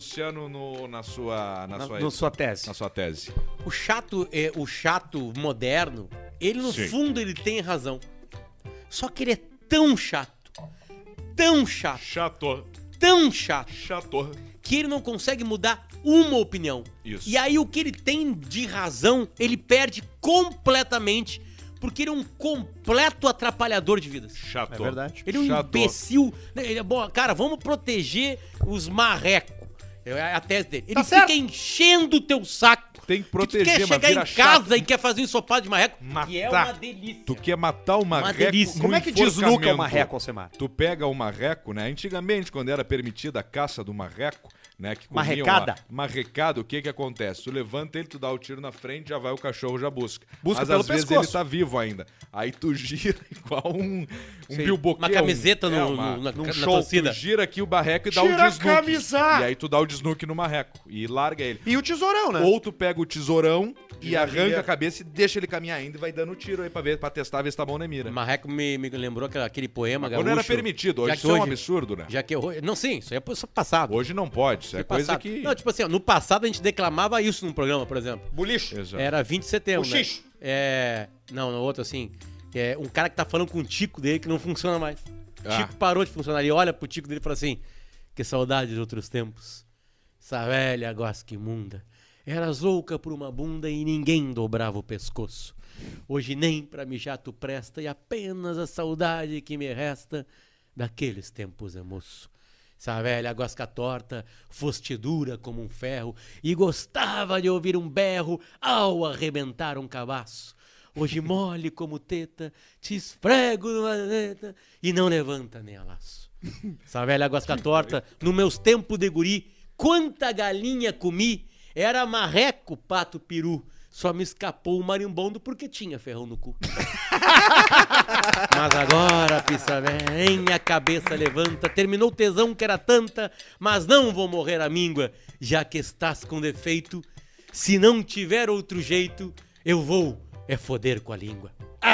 Luciano, na sua tese. Na sua tese. O chato moderno, ele no fundo ele tem razão. Só que ele é tão chato, Chato. que ele não consegue mudar uma opinião. Isso. E aí o que ele tem de razão, ele perde completamente, porque ele é um completo atrapalhador de vidas. Chato. É verdade. Ele é um imbecil. Ele é bom, cara, vamos proteger os marrecos. É a tese dele. Ele fica enchendo o teu saco. Tem que Tu proteger, quer mas chegar vira em casa chato. e quer fazer um ensopado de marreco, que é Matar. uma delícia. Tu quer matar o marreco delícia. no Como é que desnuca o enforcamento. marreco, Alcemar? Tu pega o marreco, né? Antigamente, quando era permitida a caça do marreco, né? Que comiam Marrecada. Marrecada, o que que acontece? Tu levanta ele, tu dá o tiro na frente, já vai o cachorro, já busca. Busca Mas pelo às vezes pescoço. ele tá vivo ainda. Aí tu gira igual um bilboquê. Uma camiseta na show. torcida. Tu gira aqui o barreco e dá o Tira a desnuke. camisa! E aí tu dá o desnuke no marreco e larga ele. E o tesourão, né? Ou tu pega o tesourão e arranca galinha. a cabeça e deixa ele caminhar ainda e vai dando tiro aí pra testar, ver se tá bom na mira. Marreco me lembrou aquele poema gaúcho. Quando era permitido, hoje Já que isso é um hoje- absurdo, né? Já que não, sim, isso aí é passado. Hoje não pode, isso é coisa Passado. que... Não, tipo assim, ó, no passado a gente declamava isso num programa, por exemplo. Bulicho. Exato. Era 20 de setembro, né? Buchicho. Não, no outro assim, um cara que tá falando com o tico dele que não funciona mais. O Ah. tico parou de funcionar. Ele olha pro tico dele e fala assim, que saudade de outros tempos. Essa velha gosca imunda. Era zouca por uma bunda e ninguém dobrava o pescoço. Hoje nem pra mijar tu presta e apenas a saudade que me resta daqueles tempos é moço. Essa velha gosca torta, foste dura como um ferro e gostava de ouvir um berro ao arrebentar um cabaço. Hoje mole como teta, te esfrego numa teta e não levanta nem a laço. Essa velha gosca torta, nos meus tempos de guri, quanta galinha comi, era marreco, pato, peru. Só me escapou o marimbondo porque tinha ferrão no cu. Mas agora, pissa velha, a cabeça levanta. Terminou o tesão que era tanta, mas não vou morrer à míngua, já que estás com defeito. Se não tiver outro jeito, eu vou foder com a língua.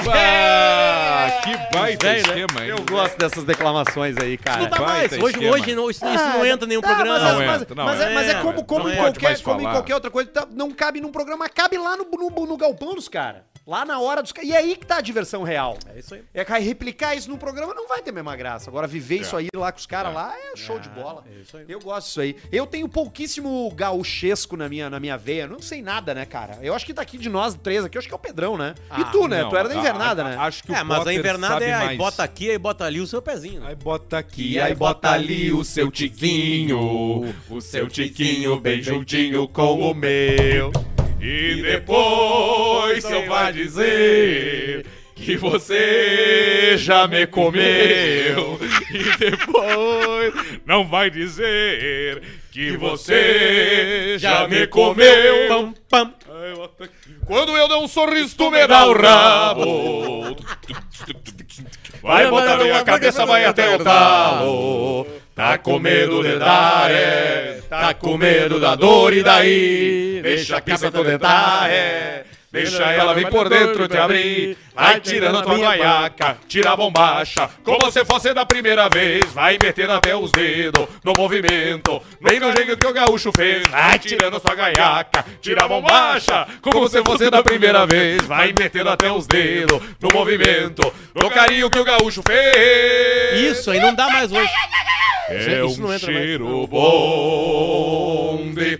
Ah, que baita Velho, né? esquema, hein? Eu gosto dessas declamações aí, cara. Não dá mais. baita Hoje esquema. isso não entra em nenhum programa. Não Mas, entra, mas é como não em é. Pode mais como em falar. qualquer outra coisa. Não cabe num programa, cabe lá no galpão dos caras. Lá na hora dos caras. E é aí que tá a diversão real. É isso aí. É que replicar isso num programa não vai ter a mesma graça. Agora, viver isso aí lá com os caras lá é show de bola. É isso aí. Eu gosto disso aí. Eu tenho pouquíssimo gauchesco na minha veia. Não sei nada, né, cara? Eu acho que daqui de nós três aqui, eu acho que é o Pedrão, né? E tu, né? Não, tu era da invernada, né? Acho que o Mas a Potter invernada sabe é aí mais. bota aqui, aí bota ali o seu pezinho. Né? Aí bota aqui, E aí bota ali o seu tiquinho. O seu tiquinho bem juntinho com o meu. E depois só vai dizer que você já me comeu. E depois não vai dizer que você já me comeu. Pam, pam. Quando eu der um sorriso, tu me dá o rabo. Vai botar minha cabeça, vai até o talo. Tá com medo de dar, tá com medo da dor e daí deixa a pista tu deitar, deixa ela vir por dentro te abrir. Vai tirando a tua guaiaca, tira a bombacha, como se fosse da primeira vez. Vai metendo até os dedos no movimento, bem no jeito que o gaúcho fez. Vai tirando a tua guaiaca, tira a bombacha, como se fosse da primeira vez. Vai metendo até os dedos no movimento, no carinho que o gaúcho fez. Isso aí não dá mais hoje. É Isso não um entra mais. cheiro bom de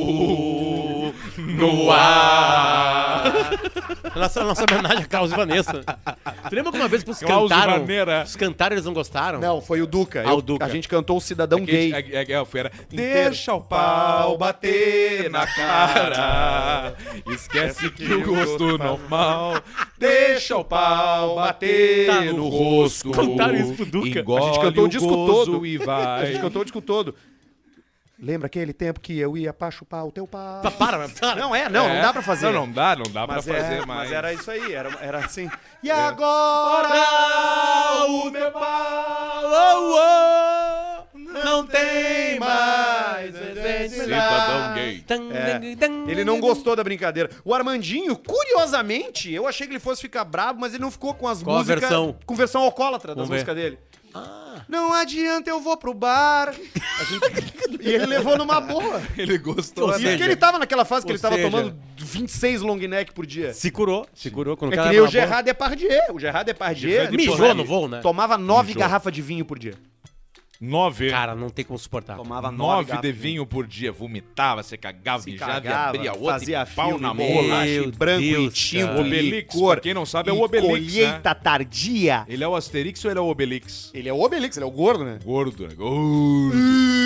cu no ar. Nossa homenagem a Carlos e Vanessa. Tu lembra que uma vez que os Klaus e cantaram? Vaneira. Os cantaram, eles não gostaram? Não, foi o Duca. Ah, o Duca. A gente cantou o Cidadão Gay. Deixa o pau bater na cara. Esquece que o gosto normal. Deixa o pau bater Tá no rosto. Cantaram isso pro Duca. Engole A gente cantou o o disco gozo todo. e A vai. gente cantou o disco todo. Lembra aquele tempo que eu ia pra chupar o teu pau? Para. Não não dá pra fazer. Não dá pra Mas, fazer mais. mas era isso aí, era assim. E agora o meu pau Não tem mais desenho. Cidadão gay. Ele não gostou da brincadeira. O Armandinho, curiosamente, eu achei que ele fosse ficar brabo, mas ele não ficou com as Qual a músicas... versão? Com versão alcoólatra das Vamos ver. músicas dele. Não adianta, eu vou pro bar. E ele levou numa boa. Ele gostou. Ou Isso seja, que ele tava naquela fase que ou ele tava seja- tomando 26 long neck por dia. Se curou. Quando É cara que nem o tava na boa. Gerard Depardieu. O Gerard Depardieu Gerard Mijou tomava- no voo, né? Tomava 9 Mijou. garrafas de vinho por dia. 9. Cara, não tem como suportar. Tomava 9 garrafas de vinho por dia. Vomitava, você cagava, Se mijava, cagava, abria outra fazia e pau filme, na Meu mola. bolacha, branco Deus, e tinto, cara. Obelix, licor. pra quem não sabe, é e o Obelix, colheita tardia. Ele é o Asterix ou ele é o Obelix? Ele é o Obelix, ele é o gordo, né? Gordo, né? Gordo.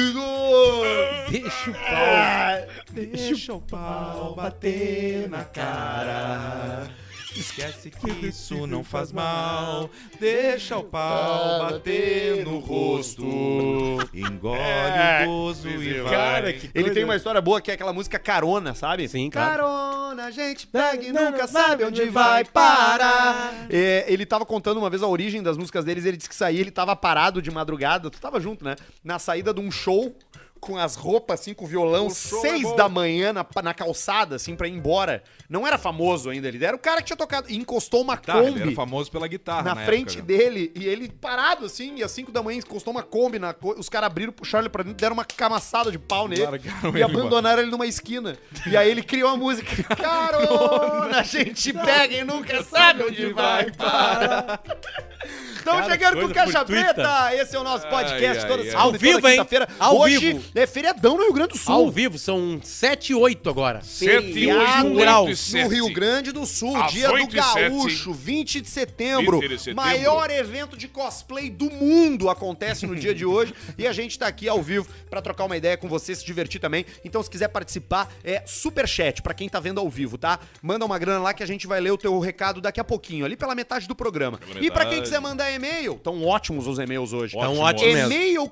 Deixa o pau. Deixa o pau bater na cara. Esquece que isso não faz mal. Deixa o pau bater no rosto. Engole o gozo e vai. Cara, ele tem uma história boa que é aquela música Carona, sabe? Sim, claro. Carona, a gente pega e nunca sabe onde vai parar. É, ele tava contando uma vez a origem das músicas deles, ele disse que saía, ele tava parado de madrugada, tu tava junto, né? Na saída de um show, com as roupas assim, com o violão, O show 6 é bom. da manhã na calçada, assim, pra ir embora. Não era famoso ainda, ele era o cara que tinha tocado. E encostou uma Tá, ele era Kombi famoso pela guitarra na na frente época, né? dele, e ele parado assim, e às 5 da manhã encostou uma Kombi, os caras abriram, puxaram ele pra dentro, deram uma camaçada de pau nele Largaram e ele, abandonaram ele numa esquina. E aí ele criou a música. Carona, a gente pega e nunca sabe onde vai parar. Estamos Cara, chegando com coisa Caixa fortuita. Preta, esse é o nosso podcast Ai, toda ai, segunda ai. Ao e toda vivo, hein? quinta-feira. Ao Hoje vivo. é feriadão no Rio Grande do Sul. Ao vivo, são 7 e 8 agora. Feriado 101 graus. no Rio Grande do Sul, Às dia do 8h07. Gaúcho, 20 de setembro. 20 de setembro. Maior evento de cosplay do mundo acontece no dia de hoje. E a gente tá aqui ao vivo pra trocar uma ideia com você, se divertir também. Então, se quiser participar, é superchat pra quem tá vendo ao vivo, tá? Manda uma grana lá que a gente vai ler o teu recado daqui a pouquinho, ali pela metade do programa. Pela E pra quem metade. quiser mandar e-mail, tão ótimos os e-mails hoje. Tão ótimo mesmo. E-mail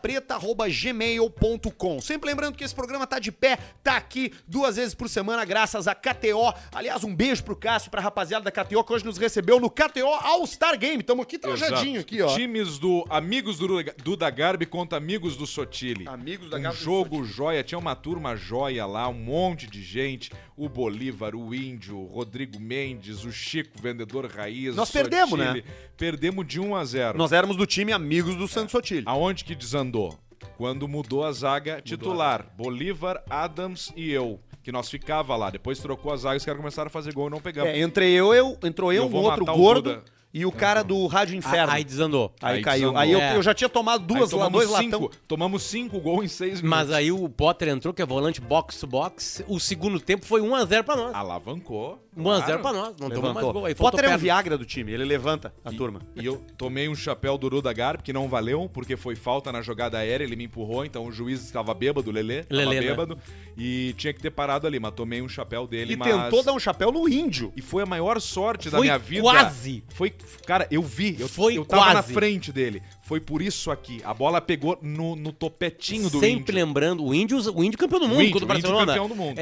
caixapreta@gmail.com. Sempre lembrando que esse programa tá de pé, tá aqui 2 vezes por semana, graças a KTO. Aliás, um beijo pro Cássio, pra rapaziada da KTO, que hoje nos recebeu no KTO All-Star Game. Tamo aqui trajadinho Exato. aqui, ó. Times do Amigos do Duda Garbi contra Amigos do Sotile. Amigos da Um Garbi do jogo joia, tinha uma turma joia lá, um monte de gente. O Bolívar, o Índio, o Rodrigo Mendes, o Chico, vendedor raiz. Nós o perdemos, Sotile. né? Perdemos de 1-0. Nós éramos do time Amigos do Santos Sotile. Aonde que desandou? Quando mudou a zaga titular. Bolívar, Adams e eu. Que nós ficava lá. Depois trocou as zagas, os caras começaram a fazer gol e não pegamos. Entrou eu, Eu um vou outro matar o gordo Duda. e o cara do Rádio Inferno. Aí desandou. Aí aí caiu. desandou. Aí É. eu já tinha tomado Aí dois tomamos latão. Tomamos 5 gols em 6 minutos. Mas aí o Potter entrou, que é volante box to box. O segundo tempo foi 1x0 pra nós. Alavancou. 1x0 pra nós. Não tomamos mais gol. Aí faltou Potter é um perna. Viagra do time, ele levanta a turma. E eu tomei um chapéu do Duda Garbi, que não valeu, porque foi falta na jogada aérea, ele me empurrou, então o juiz estava bêbado, o Lelê, Lelê, estava né? bêbado, e tinha que ter parado ali, mas tomei um chapéu dele, E mas... tentou dar um chapéu no índio. E foi a maior sorte da Foi minha vida. quase. Foi, cara, eu vi, Foi eu tava na quase. frente dele. Foi por isso aqui. A bola pegou no topetinho do Sempre índio. lembrando, o índio campeão do mundo Índio, contra o o Índio Barcelona. campeão do mundo.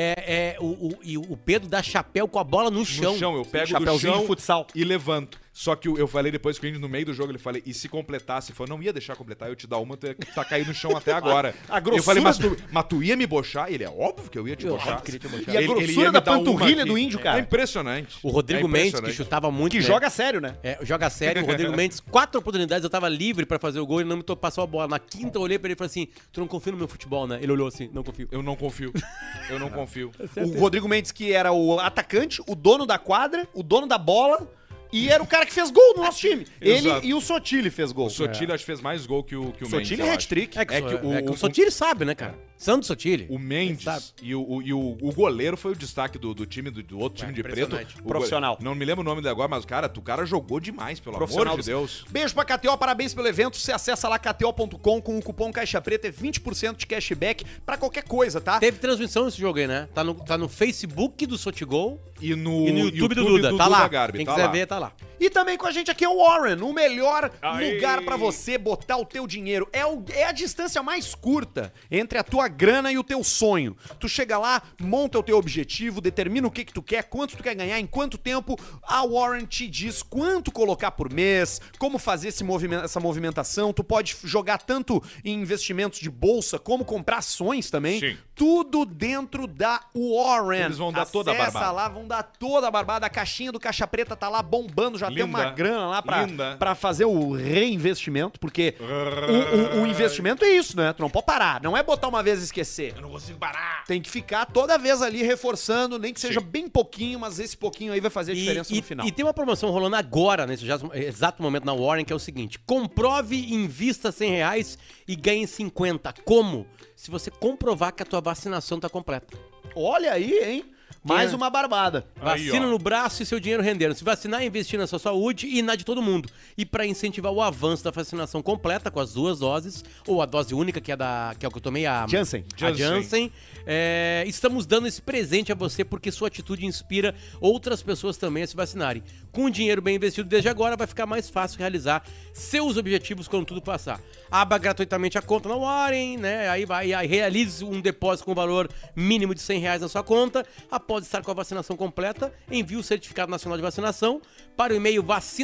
E o Pedro dá chapéu com a bola no chão. No chão, eu pego do Chapeuzinho chão de futsal. e levanto. Só que eu falei depois com o Índio no meio do jogo, ele falei, e se completasse? Ele falou, não ia deixar completar, eu te dar uma, tu tá caindo no chão até agora. A grossura eu falei, mas tu ia me bochar? Ele, é óbvio que eu ia te bochar. queria te bochar. E a Ele grossura ia me da dar uma panturrilha aqui. do índio, cara. É impressionante. O Rodrigo É Mendes, que impressionante. chutava muito. Que né? joga sério, né? Joga sério, o Rodrigo Mendes, 4 oportunidades, eu tava livre pra fazer o gol e não me passou a bola. Na quinta eu olhei pra ele e falei assim, tu não confia no meu futebol, né? Ele olhou assim, não confio. Eu não confio. Eu não confio. O Rodrigo Mendes, que era o atacante, o dono da quadra, o dono da bola, e era o cara que fez gol no nosso time. Ele Exato. e o Sotile fez gol. O Sotile acho que fez mais gol que o Mendes. Sotile eu é acho. hat-trick. É que o o Sotile sabe, né, cara? Santos Sotile. O Sabe. Mendes e o goleiro foi o destaque do time, do outro time de preto. impressionante. O Profissional. Não me lembro o nome dele agora, mas o cara jogou demais, pelo Profissional amor de do- Deus. Beijo pra KTO, parabéns pelo evento. Você acessa lá kto.com com o cupom Caixa Preta, é 20% de cashback pra qualquer coisa, tá? Teve transmissão nesse jogo aí, né? Tá no Facebook do Sotigol E no, e no YouTube do Duda. Tá lá. Garbi, Quem tá quiser lá. ver, tá lá. E também com a gente aqui é o Warren, o melhor Aí. lugar pra você botar o teu dinheiro. É a distância mais curta entre a tua grana e o teu sonho. Tu chega lá, monta o teu objetivo, determina o que tu quer, quanto tu quer ganhar, em quanto tempo. A Warren te diz quanto colocar por mês, como fazer essa movimentação. Tu pode jogar tanto em investimentos de bolsa, como comprar ações também. Sim. tudo dentro da Warren. Eles vão dar toda a Acessa barbada. lá, vão dar toda a barbada. A caixinha do Caixa Preta tá lá bombando, já tem uma Linda. grana lá Linda. pra fazer o reinvestimento, porque o investimento é isso, né? Tu não pode parar, não é botar uma vez e esquecer. Eu não consigo parar. Tem que ficar toda vez ali reforçando, nem que seja Sim. bem pouquinho, mas esse pouquinho aí vai fazer a diferença no final. E tem uma promoção rolando agora, nesse exato momento na Warren, que é o seguinte: comprove, invista R$100 e ganhe 50. Como? Se você comprovar que a tua vacinação tá completa. Olha aí, hein? Mais uma barbada. Aí, Vacina ó. no braço e seu dinheiro rendendo. Se vacinar, investir na sua saúde e na de todo mundo. E para incentivar o avanço da vacinação completa com as 2 doses, ou a dose única, que é o que eu tomei, a Janssen. A Janssen. Estamos dando esse presente a você porque sua atitude inspira outras pessoas também a se vacinarem. Com o dinheiro bem investido desde agora, vai ficar mais fácil realizar seus objetivos quando tudo passar. Abra gratuitamente a conta na Warren, né? Aí realize um depósito com valor mínimo de R$100 na sua conta. Após estar com a vacinação completa, envie o certificado nacional de vacinação para o e-mail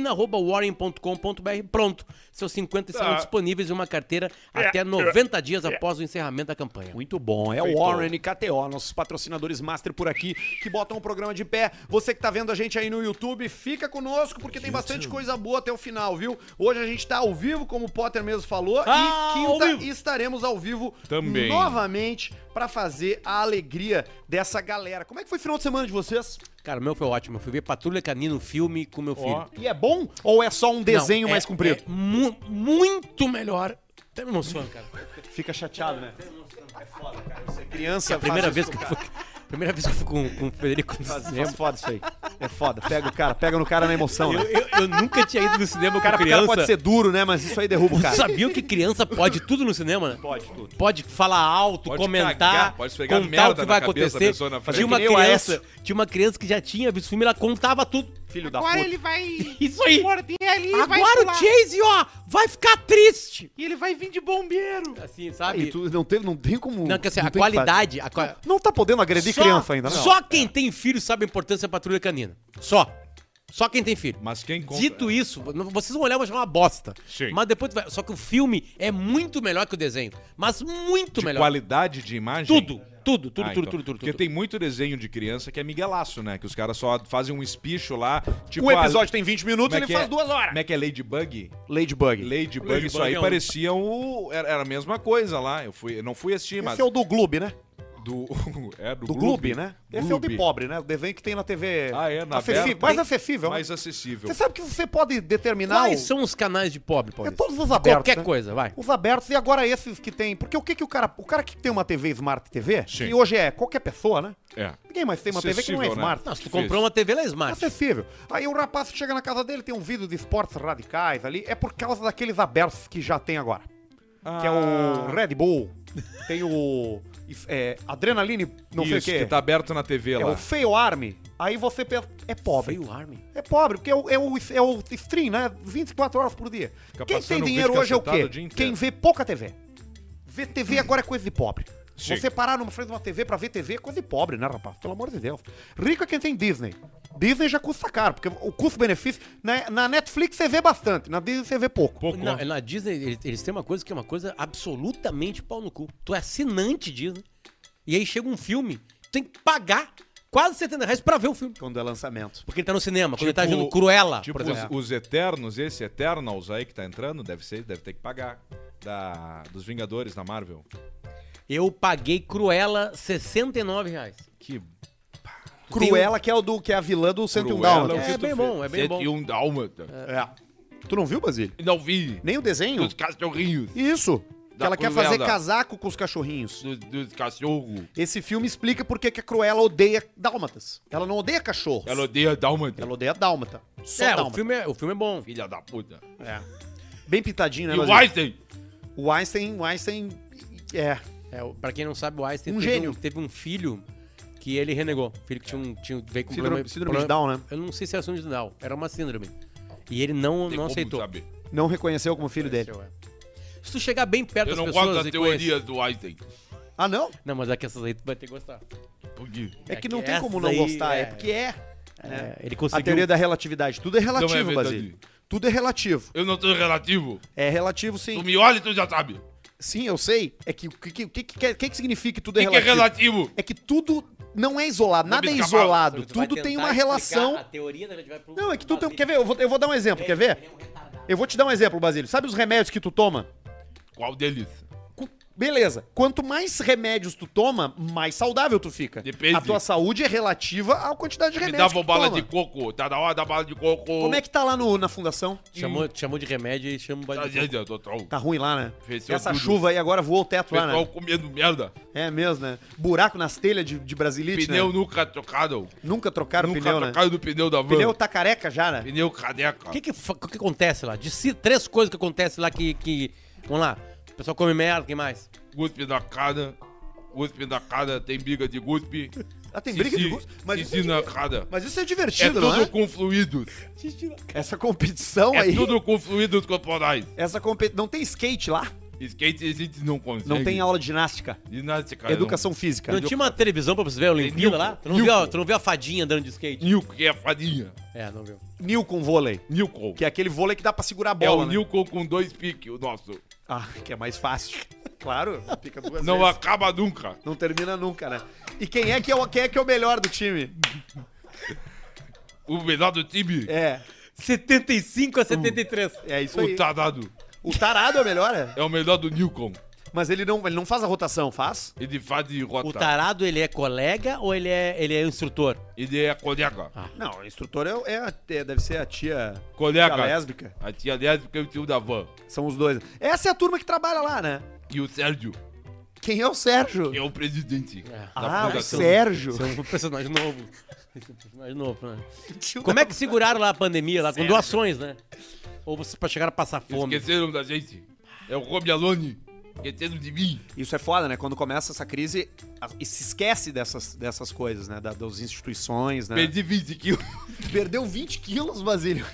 vacina@warren.com.br. Pronto, seus 50 estarão disponíveis em uma carteira até 90 dias após o encerramento da campanha. Muito bom. É o Feito. Warren e KTO, nossos patrocinadores master por aqui, que botam o programa de pé. Você que tá vendo a gente aí no YouTube, fica conosco, porque tem bastante coisa boa até o final, viu? Hoje a gente tá ao vivo, como o Potter mesmo falou, e Ao quinta vivo. estaremos ao vivo Também. novamente pra fazer a alegria dessa galera. Como é que foi o final de semana de vocês? Cara, o meu foi ótimo. Eu fui ver Patrulha Canina, filme com meu filho. E é bom ou é só um desenho Não, mais comprido? É muito melhor. Até me emociona, cara. Fica chateado, né? É foda, cara. Você é criança, A primeira faz vez isso que com eu fui, primeira vez que eu fui com o Federico no Faz cinema. foda isso aí. É foda. Pega o cara, pega no cara na emoção, né? Eu nunca tinha ido no cinema O cara com criança. pode ser duro, né? Mas isso aí derruba o cara. Sabiam que criança pode tudo no cinema, né? Pode tudo. Pode falar alto, Pode comentar, cagar, pode esfregar contar merda o que na vai cabeça da acontecer. pessoa na frente. Tinha uma Que nem o criança, Aécio. tinha uma criança que já tinha visto o filme, ela contava tudo. Filho da Agora puta. ele vai Isso aí. morder ali e vai Agora o pular. Chase, ó, vai ficar triste. E ele vai vir de bombeiro. Assim, Aí, sabe? tu não tem como. Não, que assim, não a tem que qualidade... fazer. Não tá podendo agredir criança ainda, não. Só quem tem filho sabe a importância da patrulha canina. Só quem tem filho. Mas quem conta... Dito isso, vocês vão olhar e vão achar uma bosta. Sim. Mas depois tu vai... Só que o filme é muito melhor que o desenho. Mas muito de melhor. qualidade de imagem? Tudo. Porque tem muito desenho de criança que é miguelaço, né? Que os caras só fazem um espicho lá. Tipo O episódio tem 20 minutos, como é ele que faz é? 2 horas. Como é que é Ladybug? Ladybug. Ladybug, isso aí é um- parecia era a mesma coisa lá. Eu não fui assistir, mas... Esse é o do Globo, né? Do Do Globo, né? Esse é o de Gloob. pobre, né? O desenho que tem na TV. Ah, é? Na acessível, aberta. mais acessível. né? Mais acessível. Você sabe que você pode determinar Quais são os canais de pobre, É Paulo? todos os abertos. Qualquer né? coisa, vai. Os abertos e agora esses que tem. Porque o que o cara que tem uma TV Smart TV, Sim. que hoje é qualquer pessoa, né? É. Ninguém mais tem uma TV que não é Acessível, né? Smart. Não, se tu comprou uma TV, ela é smart. Acessível. Aí o rapaz chega na casa dele, tem um vídeo de esportes radicais ali. É por causa daqueles abertos que já tem agora. Que é o Red Bull. Tem o. Adrenaline, não sei o Isso, quê. que tá aberto na TV É lá. o Fail Army. Aí você pensa. É pobre. Veio o Army. É pobre, porque é o stream, né? 24 horas por dia. Fica Quem passando tem um dinheiro vídeo hoje é o cacetado quê? o dia inteiro. Quem vê pouca TV. Ver TV agora é coisa de pobre. Sim. Você parar numa frente de uma TV pra ver TV é coisa de pobre, né, rapaz? Pelo amor de Deus. Rico é quem tem Disney. Disney já custa caro, porque o custo-benefício... Na Netflix você vê bastante, na Disney você vê pouco. Pouco. Não, na Disney, eles têm uma coisa que é uma coisa absolutamente pau no cu. Tu é assinante Disney. E aí chega um filme, tu tem que pagar quase R$70 pra ver o filme. Quando é lançamento. Porque ele tá no cinema, quando ele tá Tipo- vendo Cruella, Tipo por exemplo. os Eternos, esse Eternals aí que tá entrando, deve ter que pagar. Dos Vingadores na Marvel. Eu paguei Cruella R$69. Que Cruella, que é a vilã do 101 Cruella, Dálmatas. o que É tu bem fez? bom, é bem bom. 101 Dálmata. É. Tu não viu, Basílio? Não vi. Nem o desenho? Dos cachorrinhos. Isso. Que Da ela quer Cruella. fazer casaco com os cachorrinhos. Dos cachorros. Esse filme explica por que que a Cruella odeia dálmatas. Ela não odeia cachorros. Ela odeia Dálmata. Ela odeia dálmata. Só É, dálmata. o filme é bom. Filha da puta. É. Bem pitadinho, né, E o Basílio? Einstein. O Einstein é. Pra quem não sabe, o Einstein Um teve gênio. teve um filho que ele renegou. Filho que veio com Síndrome de Down, né? Eu não sei se era síndrome de Down, era uma síndrome. E ele não Tem como aceitou. saber. Não reconheceu como filho dele. Se tu chegar bem perto Eu das não pessoas gosto da e teoria do Einstein. Ah, não? Não, mas é que essas aí tu vai ter que gostar. Por quê? É que É não que tem como essa não aí gostar, é é- porque é. Ele A conseguiu... teoria da relatividade. Tudo é relativo, Não é verdade. Basílio. Tudo é relativo. Eu não tô relativo. É relativo, sim. Tu me olha e tu já sabe. Sim, eu sei. É que o que significa que tudo é O que é relativo? relativo? É que tudo não é isolado, nada é me escapar. isolado. Tudo tem uma relação. A teoria da gente vai pro... Não, é que tudo tem... Quer ver? Eu vou dar um exemplo, quer ver? Eu vou te dar um exemplo, Basílio. Sabe os remédios que tu toma? Qual deles? Beleza. Quanto mais remédios tu toma, mais saudável tu fica. Depende. A tua saúde é relativa à quantidade de Me remédios dava que tu bala toma. de coco. Tá na hora da bala de coco. Como é que tá lá na fundação? Chamou de remédio e chama o Tá, badico. gente, total. Tá ruim lá, né? Fechou Essa tudo. chuva aí agora voou o teto lá, Pessoal né? comendo merda. É mesmo, né? Buraco nas telhas de Brasilite, Pneu né? nunca trocado. Nunca trocaram o Nunca pneu, né? trocaram do pneu da van. Pneu tá careca já, né? Pneu caneca. O que acontece lá? Três coisas que acontecem lá que... Vamos lá. O pessoal come merda, quem mais? Guspe na cara. Guspe na cara. Tem briga de guspe. Ah, tem briga de gosto. Mas Xixi isso, na cara. mas isso é É divertido, tudo não é? com fluidos. Essa competição É aí... tudo com fluidos corporais. Essa competição... Não tem skate lá? Skate a gente não consegue. Não tem aula de ginástica? Ginástica. Educação física? Não tinha uma televisão pra você ver a Olimpíada lá? Tu não viu a fadinha andando de skate? Nilco, que é a fadinha. É, não viu. Nilcon vôlei. Nilco. Que é aquele vôlei que dá pra segurar a É bola, o né? Nilco com 2 piques, o nosso. Ah, que é mais fácil. Claro, fica duas Não vezes. acaba nunca. Não termina nunca, né? E quem é que é o melhor do time? O melhor do time É, 75 a 73. é isso aí. o Tarado. O tarado é o melhor, é? É o melhor do Nilcon. Mas ele não faz a rotação, faz? Ele faz de rota. O tarado, ele é colega ou ele é instrutor? Ele é colega. Não, o instrutor deve ser a tia Colega. lésbica. A tia lésbica e o tio da van. São os dois. Essa é a turma que trabalha lá, né? E o Sérgio, Quem é o Sérgio? é o presidente. Ah, o fundação. Sérgio. Esse é um personagem novo. Esse é um personagem novo, né? Como é que seguraram lá a pandemia, lá com doações, né? Ou vocês pra chegar a passar fome? Esqueceram da gente. É o Rob Alone. Esqueceram de mim. Isso é foda, né? Quando começa essa crise, e se esquece dessas coisas, né? Das instituições, né? Perdi 20 quilos. Perdeu 20 quilos, Basílio.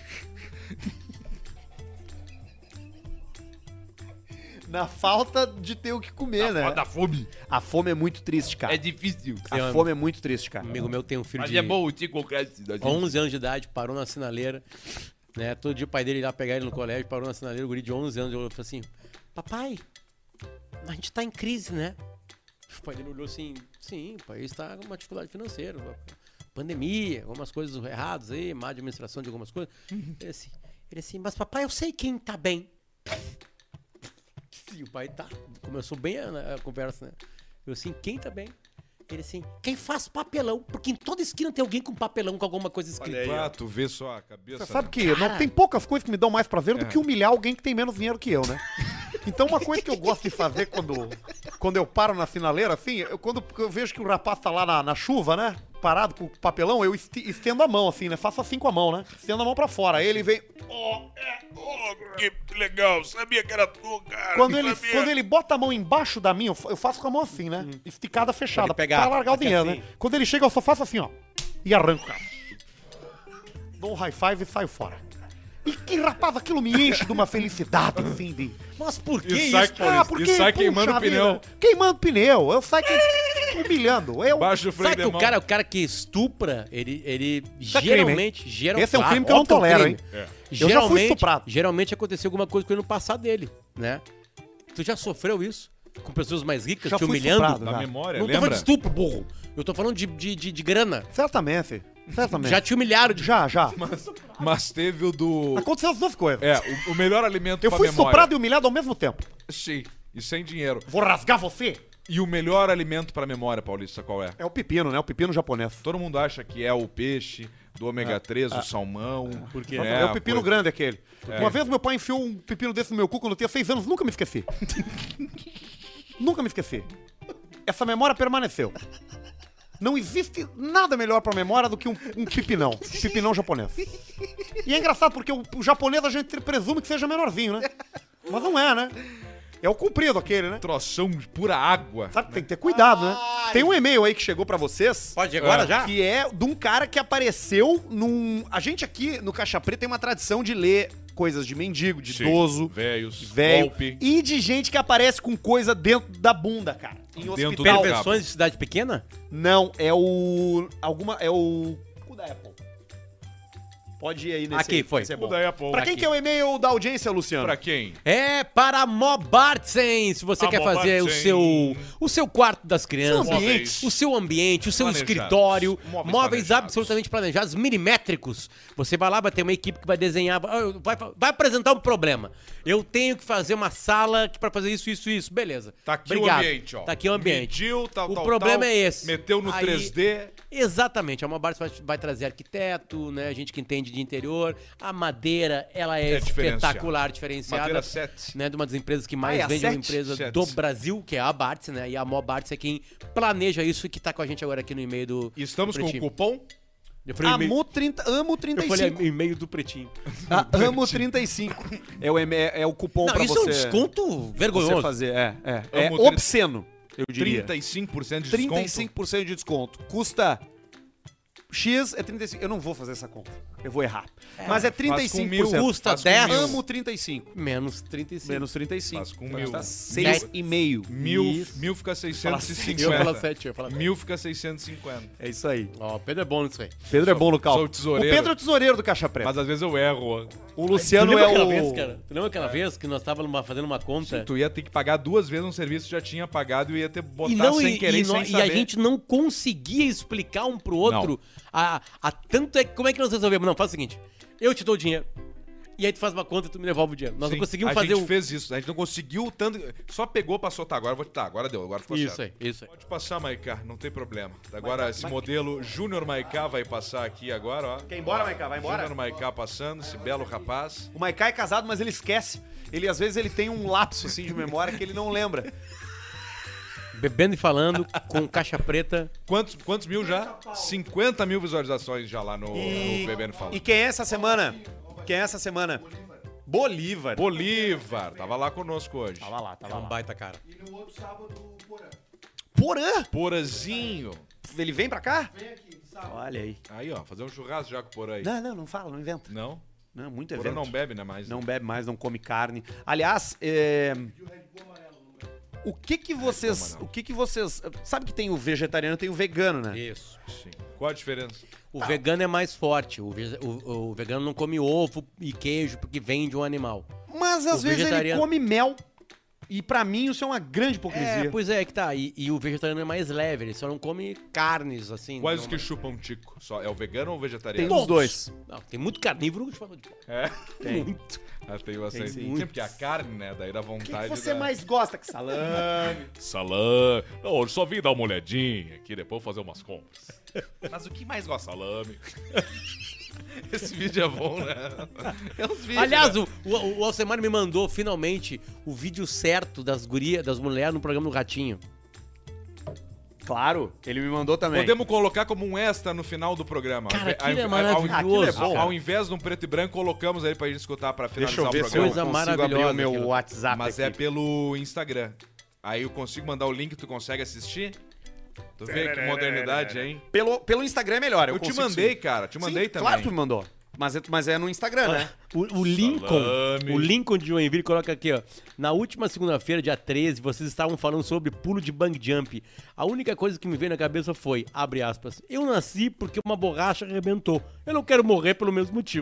Na falta de ter o que comer, né? Da fome. A fome é muito triste, cara. É difícil. A fome é muito triste, cara. Um amigo meu tem um filho Mas de é bom o Tico Credit da gente. 11 anos de idade, parou na sinaleira, né? Todo dia o pai dele ia lá pegar ele no colégio, parou na sinaleira, o guri de 11 anos, eu falei assim, papai, a gente tá em crise, né? O pai dele olhou assim, sim, o país tá com uma dificuldade financeira, pandemia, algumas coisas erradas aí, má administração de algumas coisas. Ele assim, mas papai, eu sei quem tá bem. E o pai tá, começou bem a conversa, né? Eu assim, quem tá bem? Ele assim, quem faz papelão, porque em toda esquina tem alguém com papelão com alguma coisa escrita. Ah, tu vê só a cabeça. Você sabe que não tem poucas coisas que me dão mais prazer do que humilhar alguém que tem menos dinheiro que eu, né? Então uma coisa que eu gosto de fazer quando eu paro na finaleira, assim, quando eu vejo que o rapaz tá lá na chuva, né? Parado com o papelão, eu estendo a mão, assim, né? Faço assim com a mão, né? Estendo a mão pra fora. Aí ele vem... Que legal. Sabia que era tu, cara. Quando ele bota a mão embaixo da minha, eu faço com a mão assim, né? Esticada, fechada, Pode pegar, pra largar o aqui dinheiro, assim. né? Quando ele chega, eu só faço assim, ó. E arranco, cara. Dou um high five e saio fora. E rapaz, aquilo me enche de uma felicidade, assim, de... Mas por que E sai, isso? e sai queimando o puxa pneu. vida, queimando pneu. Eu saio humilhando. Baixa o freio Sabe de que mão. o cara que estupra, ele Isso é crime, geralmente... Esse é um crime que eu não tolero, hein? Eu já fui estuprado. Geralmente aconteceu alguma coisa com ele no passado dele, né? Tu já sofreu isso? Com pessoas mais ricas Já te fui humilhando? estuprado, Na já. memória, Não tô lembra? falando de estupro, burro. Eu tô falando de grana. Certamente. Já te humilharam. Já. Mas teve o do... Aconteceu as duas coisas. É, o melhor alimento Eu pra fui memória. estuprado e humilhado ao mesmo tempo. Sim, e sem dinheiro. Vou rasgar você. E o melhor alimento pra memória, Paulista, qual é? É o pepino, né? O pepino japonês. Todo mundo acha que é o peixe, do ômega 3, o salmão. Por quê? É o pepino coisa- grande aquele. Uma vez meu pai enfiou um pepino desse no meu cu quando eu tinha 6 anos, nunca me esqueci. Nunca me esqueci. Essa memória permaneceu. Não existe nada melhor pra memória do que um pepinão. Pepinão japonês. E é engraçado porque o japonês a gente presume que seja menorzinho, né? Mas não é, né? É o comprido aquele, né? Troção de pura água. Sabe que tem que ter cuidado, né? Tem um e-mail aí que chegou pra vocês. Pode ir agora já? Que é de um cara que apareceu num... A gente aqui no Caixa Preta tem uma tradição de ler coisas de mendigo, de Sim, idoso, velhos, velho. golpe. E de gente que aparece com coisa dentro da bunda, cara. Em Dentro hospital. do cabo. Perversões de cidade pequena? Não, é o... É o cu da Apple. Pode ir aí nesse. Aqui, foi. esse é bom. Daí a pouco. Pra quem que é o e-mail da audiência, Luciano? Pra quem? É para Mobartsen, se você A quer fazer Mobartsen. o seu quarto das crianças, ambiente. o seu ambiente, o seu Planejados. escritório, Móveis móveis planejados. absolutamente planejados, milimétricos. Você vai lá, vai ter uma equipe que vai desenhar, vai apresentar um problema. Eu tenho que fazer uma sala para fazer isso, beleza. Tá aqui Obrigado. o ambiente, ó. Tá aqui o ambiente. Mediu, tal, O tal, problema tal, é esse. Meteu no Aí- 3D. Exatamente, a Mobartsen vai trazer arquiteto, né, gente que entende de interior. A madeira, ela é espetacular, diferenciada. Madeira 7. Né, de uma das empresas que mais é a vende, uma 7? empresa 7. do Brasil, que é a Bartz, né? E a Mobartsen é quem planeja isso e que tá com a gente agora aqui no e-mail do E estamos com o Pretinho. cupom. Eu falei e-mail, Amo 30, amo eu falei 35. e-mail do Pretinho. Amo 35. É o cupom Não, pra isso você. é um desconto Você vergonhoso. fazer. É Amo 30. obsceno, eu diria. 35% de desconto. 35% de desconto. Custa X é 35. Eu não vou fazer essa conta. Eu vou errar. Mas é faz com 35%. mil. Custa Faz com 10. mil. Amo 35. Menos 35. Menos 35. Faz com mil. Tá 6,5. Mil fica Eu ia 650. falar 7, eu ia falar 7. Mil fica 650. É isso aí. Ó, o Pedro é bom nisso aí. Pedro é bom no Sou cálculo. o tesoureiro. O Pedro é o tesoureiro do Caixa Preta. Mas às vezes eu erro. O Luciano lembra é aquela o... vez, cara? Tu lembra aquela vez que nós estávamos fazendo uma conta? Tu ia ter que pagar 2 vezes um serviço que já tinha pagado e ia ter que botar E, não, sem querer e sem e saber. a gente não conseguia explicar um pro outro a tanto é que como é que nós resolvemos? Não, faz o seguinte, eu te dou o dinheiro, e aí tu faz uma conta e tu me devolve o dinheiro. Nós Sim, não conseguimos a fazer gente fez isso, a gente não conseguiu tanto. Só pegou, passou, tá, agora eu vou te dar, agora deu, agora ficou Isso certo. aí, isso aí. Pode passar, Maiká, não tem problema. Agora esse modelo Júnior Maiká vai passar aqui agora, ó. Quer ir embora, Maiká? Vai embora? Júnior Maiká passando, esse belo rapaz. O Maiká é casado, mas ele esquece. Às vezes, ele tem um lapso, assim, de memória que ele não lembra. Bebendo e falando com caixa preta. Quantos mil já? 50 mil visualizações já lá no Bebendo Falando. E quem é essa semana? Bolívar. Bolívar, tava lá conosco hoje. Tava lá, tava É um lá. baita cara. Porã? Porazinho. Ele vem pra cá? Vem aqui, sábado. Olha aí. Aí, ó, fazer um churrasco já com o Porã aí. Não fala, não inventa. Não? Não, muito Porã evento. não bebe, né, mais? Não bebe mais, não come carne. Aliás, o que que vocês... Sabe que tem o vegetariano e tem o vegano, né? Isso. Sim. Qual a diferença? O vegano é mais forte. O vegano não come ovo e queijo porque vem de um animal. Mas às O vezes ele vegetariano- come mel. E pra mim isso é uma grande hipocrisia. Pois é que tá. E o vegetariano é mais leve, ele só não come carnes, assim. Quais não, os que chupam tico? Só é o vegano ou o vegetariano? Tem os dois. Não, tem muito carnívoro que chupa de pau. É? Tem. Muito. Ah, tem bastante. sim. Sim, porque a carne, né? Daí dá O que vontade. você mais gosta? Que salame. Salame. Não, eu só vim dar uma olhadinha aqui, depois fazer umas compras. Mas o que mais gosta? Salame. Esse vídeo é bom, né? É uns vídeos. Aliás, né? o Alcemar me mandou finalmente o vídeo certo das gurias, das mulheres no programa do Ratinho. Claro, ele me mandou também. Podemos colocar como um extra no final do programa. Cara, Ao aquilo inve- é ao- maravilhoso. aquilo é bom. Ao invés de um preto e branco, colocamos aí pra gente escutar pra Deixa finalizar eu ver o se eu programa. Coisa consigo abrir o maravilhosa meu aquilo. WhatsApp Mas aqui. é pelo Instagram. Aí eu consigo mandar o link, tu consegue assistir? Tu vê que modernidade, hein? Pelo Instagram é melhor. Eu te consigo mandei, sim. cara. Te mandei Sim, também. Claro que tu me mandou. Mas é no Instagram, né? O Lincoln, Salame. o Lincoln de Joinville coloca aqui, ó. Na última segunda-feira, dia 13, vocês estavam falando sobre pulo de bang jump. A única coisa que me veio na cabeça foi, abre aspas, eu nasci porque uma borracha arrebentou. Eu não quero morrer pelo mesmo motivo.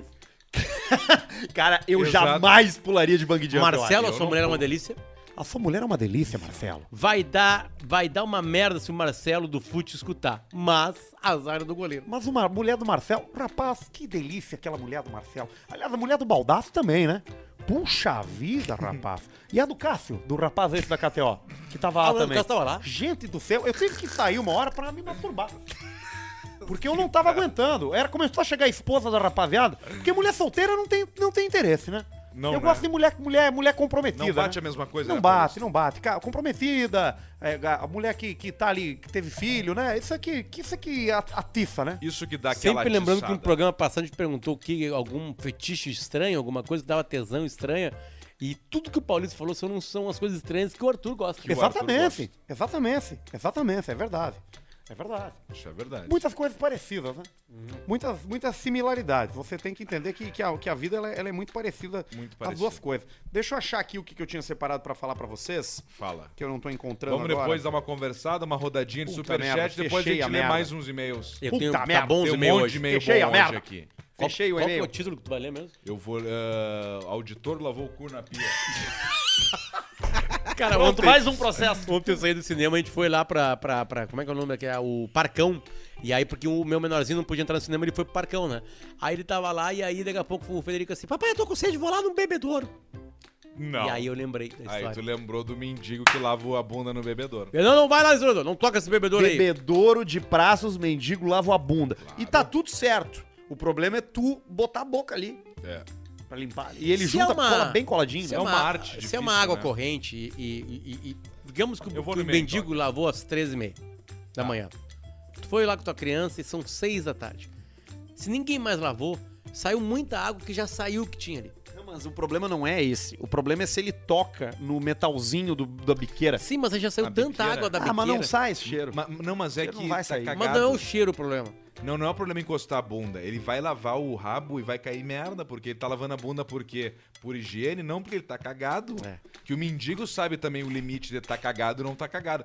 Cara, eu Exato. jamais pularia de bang jump. Marcelo, eu a acho. sua mulher é uma delícia? A sua mulher é uma delícia, Marcelo. Vai dar uma merda se o Marcelo do Fute escutar. Mas, azar do goleiro. Mas uma mulher do Marcelo, rapaz, que delícia aquela mulher do Marcelo. Aliás, a mulher do Baldaço também, né? Puxa vida, rapaz. E a do Cássio, do rapaz esse da KTO, que tava lá Ah, o também. Cássio tava lá? Gente do céu, eu tive que sair uma hora pra me masturbar. Porque eu não tava aguentando. Começou a chegar a esposa da rapaziada. Porque mulher solteira não tem interesse, né? Não, eu né? gosto de mulher comprometida. Não bate né? a mesma coisa, Não né, bate, Paulista? não bate. Cara, comprometida, a mulher que tá ali, que teve filho, né? Isso aqui atiça, né? Isso que dá aquela Sempre lembrando que atiçada. no programa passado a gente perguntou que algum fetiche estranho, alguma coisa que dava tesão estranha. E tudo que o Paulista falou não são as coisas estranhas que o Arthur gosta. Que o Arthur Exatamente, é verdade. É verdade. Isso é verdade. Muitas coisas parecidas, né? Muitas similaridades. Você tem que entender que a vida ela é muito parecida Muito as parecida. duas coisas. Deixa eu achar aqui o que eu tinha separado pra falar pra vocês, Fala. que eu não tô encontrando Vamos agora. depois dar uma conversada, uma rodadinha de Puta superchat, merda, depois a fechei gente a lê merda. mais uns e-mails. Eu Puta tenho, tá merda, bom os Tem um e-mails monte hoje. de e-mail Fechei a bom hoje merda. aqui. Fechei o Qual que é e-mail. o título que tu vai ler mesmo? Eu vou. Auditor lavou o cu na pia. Cara, Pronto, mais um processo. Ontem eu saí do cinema, a gente foi lá pra como é que é o nome? Que é o Parcão. E aí, porque o meu menorzinho não podia entrar no cinema, ele foi pro Parcão, né? Aí ele tava lá, e aí daqui a pouco o Federico assim, papai, eu tô com sede, vou lá no bebedouro. Não. E aí eu lembrei da Aí história. tu lembrou do mendigo que lava a bunda no bebedouro. Não, vai lá, Isolado, não toca esse bebedouro aí. Bebedouro de praços, mendigo, lava a bunda. E tá tudo certo. O problema é tu botar a boca ali É. pra limpar. E ele Se junta, é uma- cola bem coladinho. Se É uma arte Se é difícil, uma água né? corrente e digamos que Eu vou o no e-mail, mendigo lavou às 13h30 da manhã. Tu foi lá com tua criança e são 6 da tarde. Se ninguém mais lavou, saiu muita água que já saiu o que tinha ali. Não, mas o problema não é esse. O problema é se ele toca no metalzinho da biqueira. Sim, mas aí já saiu A tanta biqueira? água da Ah, biqueira. mas não sai esse cheiro. Mas é Ele que não vai tá sair. cagado. Mas não é o cheiro o problema. Não é o problema encostar a bunda. Ele vai lavar o rabo e vai cair merda, porque ele tá lavando a bunda porque por higiene, não porque ele tá cagado. É. Que o mendigo sabe também o limite de tá cagado e não tá cagado.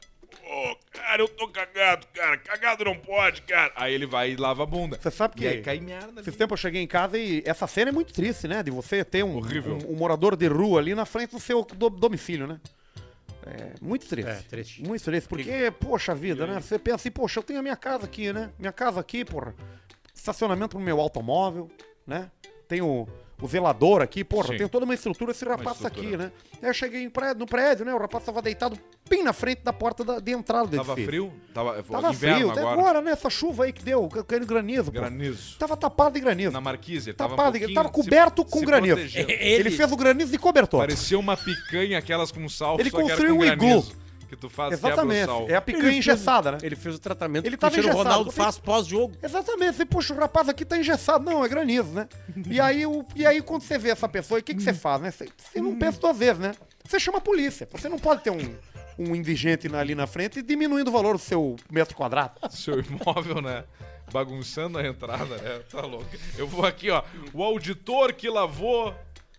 Ô, cara, eu tô cagado, cara. Cagado não pode, cara. Aí ele vai e lava a bunda. Você sabe E aí que cai merda. esses tempos eu cheguei em casa e essa cena é muito triste, né? De você ter Horrível. um morador de rua ali na frente do seu domicílio, né? É muito triste. É, triste. Muito triste. Porque, poxa vida, né? Você pensa assim, poxa, eu tenho a minha casa aqui, né? Minha casa aqui, porra. Estacionamento pro meu automóvel, né? Tenho o zelador aqui, porra, Sim. tenho toda uma estrutura, esse rapaz tá estrutura. aqui, né? Aí eu cheguei no prédio, né? O rapaz tava deitado bem na frente da porta de entrada do Tava edifício. frio? Tava Tava inverno frio, até agora, né? Essa chuva aí que deu, caindo granizo, pô. Granizo. Tava tapado de granizo. Na marquise, ele tava um Tapado, pouquinho tava coberto com granizo. protegendo. Ele fez o granizo de cobertor. Parecia uma picanha, aquelas com sal, Ele só que era construiu com um iglu. granizo. Que tu faz, Exatamente. quebra o sal. É a picanha engessada, né? Ele fez o tratamento Ele que o tava Cristiano engessado. Ronaldo faz pós-jogo. Exatamente. Você, poxa, o rapaz aqui tá engessado. Não, é granizo, né? E aí, quando você vê essa pessoa, o que você faz, né? Você não pensa duas vezes, né? Você chama a polícia. Você não pode ter um indigente ali na frente diminuindo o valor do seu metro quadrado. Seu imóvel, né? Bagunçando a entrada, né? Tá louco. Eu vou aqui, ó. O auditor que lavou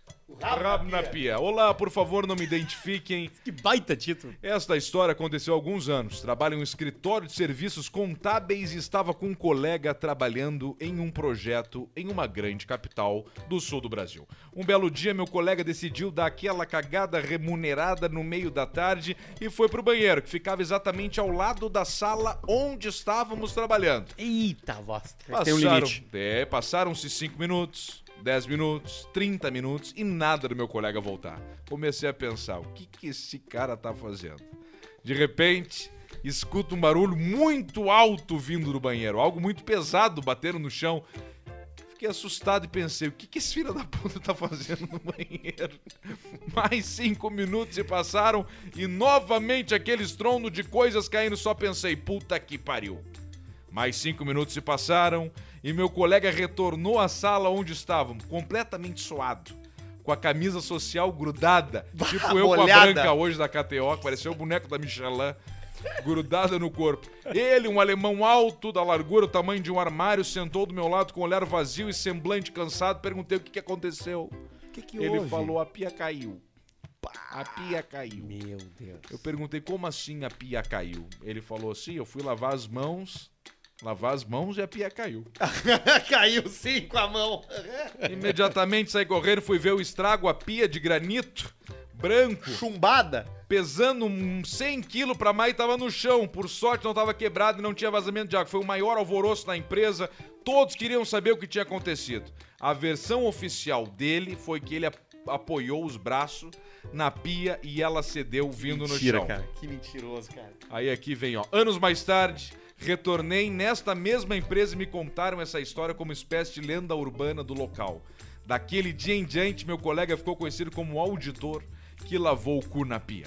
rabo na pia. Olá, por favor, não me identifiquem. Que baita título. Esta história aconteceu há alguns anos. Trabalho em um escritório de serviços contábeis e estava com um colega trabalhando em um projeto em uma grande capital do sul do Brasil. Um belo dia, meu colega decidiu dar aquela cagada remunerada no meio da tarde e foi pro banheiro, que ficava exatamente ao lado da sala onde estávamos trabalhando. Eita, bosta. Tem um limite. Passaram-se 5 minutos, 10 minutos, 30 minutos e nada do meu colega voltar. Comecei a pensar, o que esse cara tá fazendo? De repente, escuto um barulho muito alto vindo do banheiro, algo muito pesado batendo no chão. Fiquei assustado e pensei, o que esse filho da puta tá fazendo no banheiro? Mais 5 minutos se passaram e novamente aquele estrondo de coisas caindo, só pensei, puta que pariu. Mais 5 minutos se passaram e meu colega retornou à sala onde estávamos, completamente suado, com a camisa social grudada, tipo eu com a molhada. branca hoje da KTO, que parecia o boneco da Michelin, grudada no corpo. Ele, um alemão alto, da largura, o tamanho de um armário, sentou do meu lado com um olhar vazio e semblante cansado. Perguntei o que aconteceu. Ele falou, a pia caiu. A pia caiu. Meu Deus. Eu perguntei, como assim a pia caiu? Ele falou assim, eu fui lavar as mãos e a pia caiu. Caiu sim com a mão. Imediatamente saí correndo, fui ver o estrago, a pia de granito branco, Chumbada. pesando 100 quilos pra mais, tava no chão. Por sorte não tava quebrado e não tinha vazamento de água. Foi o maior alvoroço na empresa. Todos queriam saber o que tinha acontecido. A versão oficial dele foi que ele apoiou os braços na pia e ela cedeu vindo no chão. cara. Que mentiroso, cara. Aí aqui vem, ó. Anos mais tarde, retornei nesta mesma empresa e me contaram essa história como espécie de lenda urbana do local. Daquele dia em diante, meu colega ficou conhecido como auditor que lavou o cu na pia.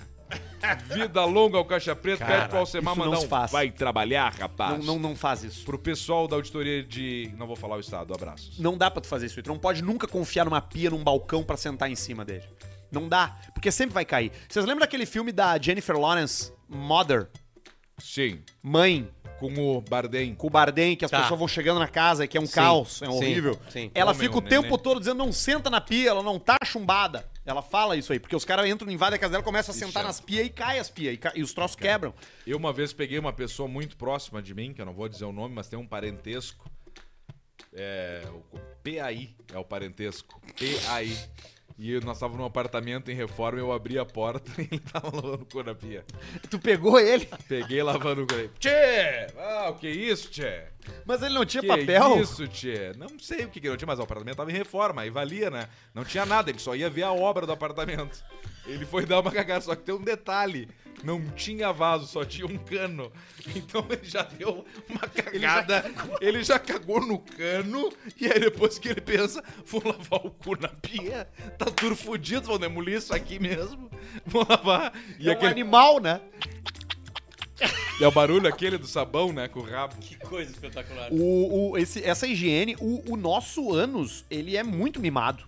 Vida longa ao Caixa Preta, pede pro Alcemar isso não mandar se um faz. vai trabalhar, rapaz. Não faz isso. Pro pessoal da auditoria de... Não vou falar o estado, abraços. Não dá pra tu fazer isso. Tu não pode nunca confiar numa pia, num balcão pra sentar em cima dele. Não dá, porque sempre vai cair. Vocês lembram daquele filme da Jennifer Lawrence, Mother? Sim, Mãe, com o Bardem. com o Bardem, que as Tá. pessoas vão chegando na casa, que é um Sim, caos, é sim, horrível. sim. Ela Homem, fica o o tempo neném. todo dizendo, não senta na pia, ela não tá chumbada. Ela fala isso aí, porque os caras entram, invadem a casa dela, começam a sentar é. nas pias e cai as pias, e os troços quebram. Eu uma vez peguei uma pessoa muito próxima de mim, que eu não vou dizer o nome, mas tem um parentesco. É o PAI, é o parentesco. PAI. E nós estávamos num apartamento em reforma, eu abri a porta e ele tava lavando o cu na pia. Tu pegou ele? Peguei lavando o cu. Tchê! O que é isso, tchê? Mas ele não tinha Que papel? isso, tchê? Não sei o que não tinha, mas o apartamento tava em reforma, aí valia, né? Não tinha nada, ele só ia ver a obra do apartamento. Ele foi dar uma cagada, só que tem um detalhe. Não tinha vaso, só tinha um cano. Então ele já deu uma cagada. Ele já cagou no cano. E aí depois que ele pensa, vou lavar o cu na pia. Tá tudo fudido, vou demolir isso aqui mesmo. Vou lavar. E É um animal, né? é o barulho aquele do sabão, né? Com o rabo. Que coisa espetacular. Essa higiene, o nosso ânus, ele é muito mimado.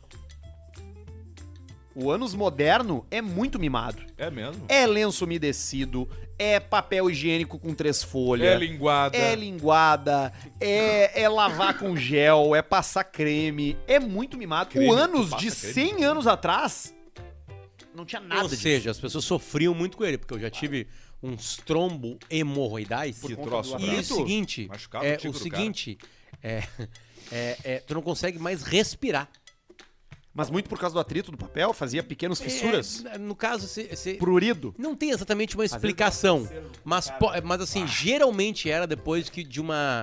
O ânus moderno é muito mimado. É mesmo? É lenço umedecido, é papel higiênico com 3 folhas. É linguada. É linguada, é lavar com gel, é passar creme. É muito mimado. Creme, O tu ânus passa de creme? 100 anos atrás não tinha nada Ou disso. seja, as pessoas sofriam muito com ele, porque eu já tive uns trombo hemorroidais. Que conta troço do E o brabo. seguinte, Machucava é o tico o do seguinte, tu não consegue mais respirar. Mas muito por causa do atrito do papel, fazia pequenas fissuras. No caso, Prurido. não tem exatamente uma explicação, mas assim, geralmente era depois de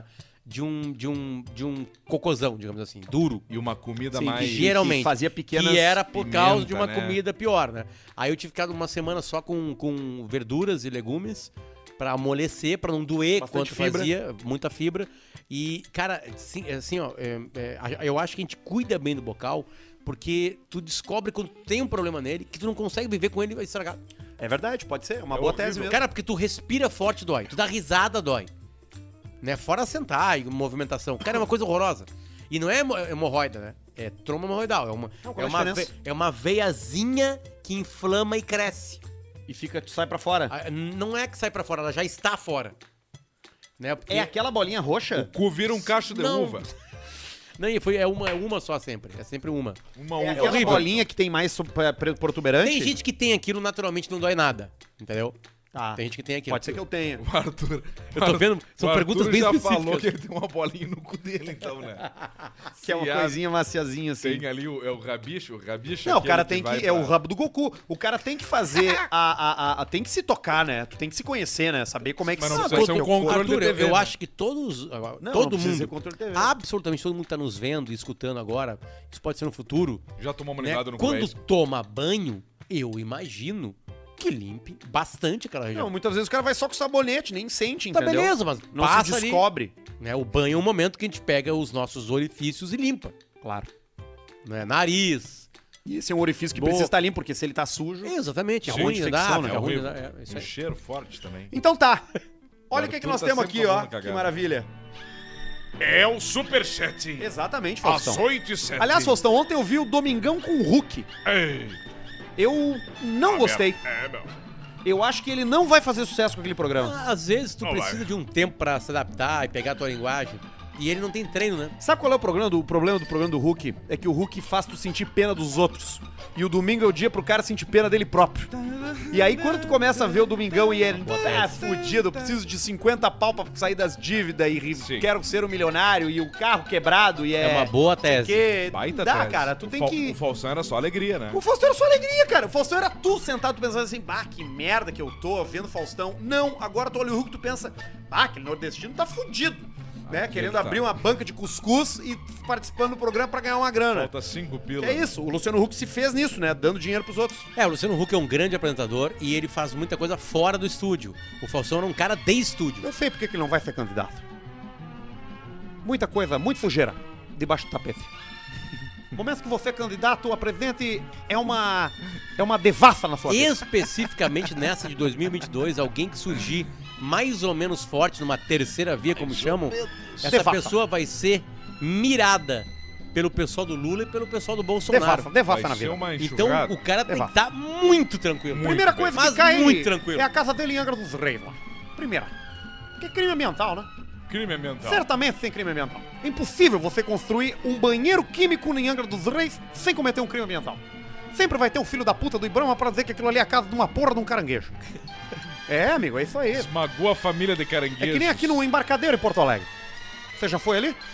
um cocôzão, digamos assim, duro. E uma comida Sim, mais... geralmente. que fazia pequenas Que era por pimenta, causa de uma né? comida pior, né? Aí eu tive ficado uma semana só com verduras e legumes pra amolecer, pra não doer Bastante quanto fibra. fazia, muita fibra. E, cara, assim, ó, eu acho que a gente cuida bem do bocal, porque tu descobre quando tem um problema nele, que tu não consegue viver com ele e vai estragar. É verdade, pode ser. Uma É boa horrível. tese mesmo. Cara, porque tu respira forte, dói. Tu dá risada, dói. Né? Fora sentar e movimentação. Cara, é uma coisa horrorosa. E não é hemorroida, né? É tromba hemorroidal. qual a diferença? É uma veiazinha que inflama e cresce. E sai pra fora. Não é que sai pra fora, ela já está fora. Né? Porque... É aquela bolinha roxa? O cu vira um cacho de Não. uva. Não, é uma só sempre. É sempre uma. Uma É uva. aquela horrível. bolinha que tem mais protuberante? Tem gente que tem aquilo, naturalmente não dói nada. Entendeu? Tá. Tem gente que tem aquilo. Pode ser que eu tenha. O Arthur... Eu tô vendo, são o perguntas Arthur bem já específicas. falou que ele tem uma bolinha no cu dele, então, né? Que é uma Se coisinha maciazinha assim. Tem ali o rabicho, o rabicho Não, o aquele cara tem que. vai É o pra- rabo do Goku. O cara tem que fazer tem que se tocar, né? Tu tem que se conhecer, né? Saber como é que Mas não se precisa ser um teu controle corpo. Arthur, de TV, eu né? acho que todos, Não, todo precisa ser mundo, controle de TV. absolutamente todo mundo que tá nos vendo e escutando agora, isso pode ser no futuro, Já tomou uma né? ligada no Quando coelho. toma banho, eu imagino que limpe bastante aquela região. Não, muitas vezes o cara vai só com sabonete, nem sente, Tá entendeu? beleza, mas Não passa se descobre. ali, né? O banho é um momento que a gente pega os nossos orifícios e limpa, Claro. né? Nariz. E esse é um orifício que Boa. precisa estar limpo, porque se ele tá sujo. Exatamente, é Sim, ruim, infecção, dá, né? fica É ruim, horrível. é isso Um aí. cheiro forte também. Então tá. Olha o que, Arthur que nós tá temos sempre aqui, ó. tomando Que cagada. maravilha. É o Superchat. Exatamente, Às Faustão. 8h07. Aliás, Faustão, ontem eu vi o Domingão com o Hulk. Ei, Eu não gostei. É, meu. Eu acho que ele não vai fazer sucesso com aquele programa. Às vezes tu Não precisa vai. de um tempo pra se adaptar e pegar a tua linguagem. E ele não tem treino, né? Sabe qual é o problema do programa do Hulk? É que o Hulk faz tu sentir pena dos outros. E o domingo é o dia pro cara sentir pena dele próprio. E aí quando tu começa a ver o Domingão e ele fudido, preciso de 50 pau pra sair das dívidas e Sim. quero ser um milionário e o carro quebrado e É uma boa tese. Que Baita dá, tese. cara, tu tem que... O Faustão era só alegria, né? O Faustão era só alegria, cara. O Faustão era tu sentado pensando assim, bah, que merda que eu tô vendo Faustão. Não, agora tu olha o Hulk e tu pensa, bah, aquele nordestino tá fudido. Né? Querendo tá. abrir uma banca de cuscuz e participando do programa pra ganhar uma grana. Falta 5 pila. É isso, o Luciano Huck se fez nisso, né? Dando dinheiro pros outros. É, o Luciano Huck é um grande apresentador e ele faz muita coisa fora do estúdio. O Faustão é um cara de estúdio. Eu sei porque que ele não vai ser candidato. Muita coisa, muito sujeira debaixo do tapete. No momento que você é candidato a presidente, é uma devassa na sua vida. Especificamente nessa de 2022, alguém que surgir mais ou menos forte numa terceira via, como chamam, essa Devassa. pessoa vai ser mirada pelo pessoal do Lula e pelo pessoal do Bolsonaro. Devassa na Vai ser vida. uma Então enxurrada. o cara tem que Devassa. estar muito tranquilo. Primeira bem. coisa Mas que cai muito tranquilo. é a casa dele em Angra dos Reis, lá. Primeira. Que é crime ambiental, né? Crime ambiental. Certamente sem crime ambiental. É impossível você construir um banheiro químico em Angra dos Reis sem cometer um crime ambiental. Sempre vai ter um filho da puta do Ibrahima pra dizer que aquilo ali é a casa de uma porra de um caranguejo. É, amigo, é isso aí. Esmagou a família de caranguejos. É que nem aqui no Embarcadero em Porto Alegre. Você já foi ali? Já.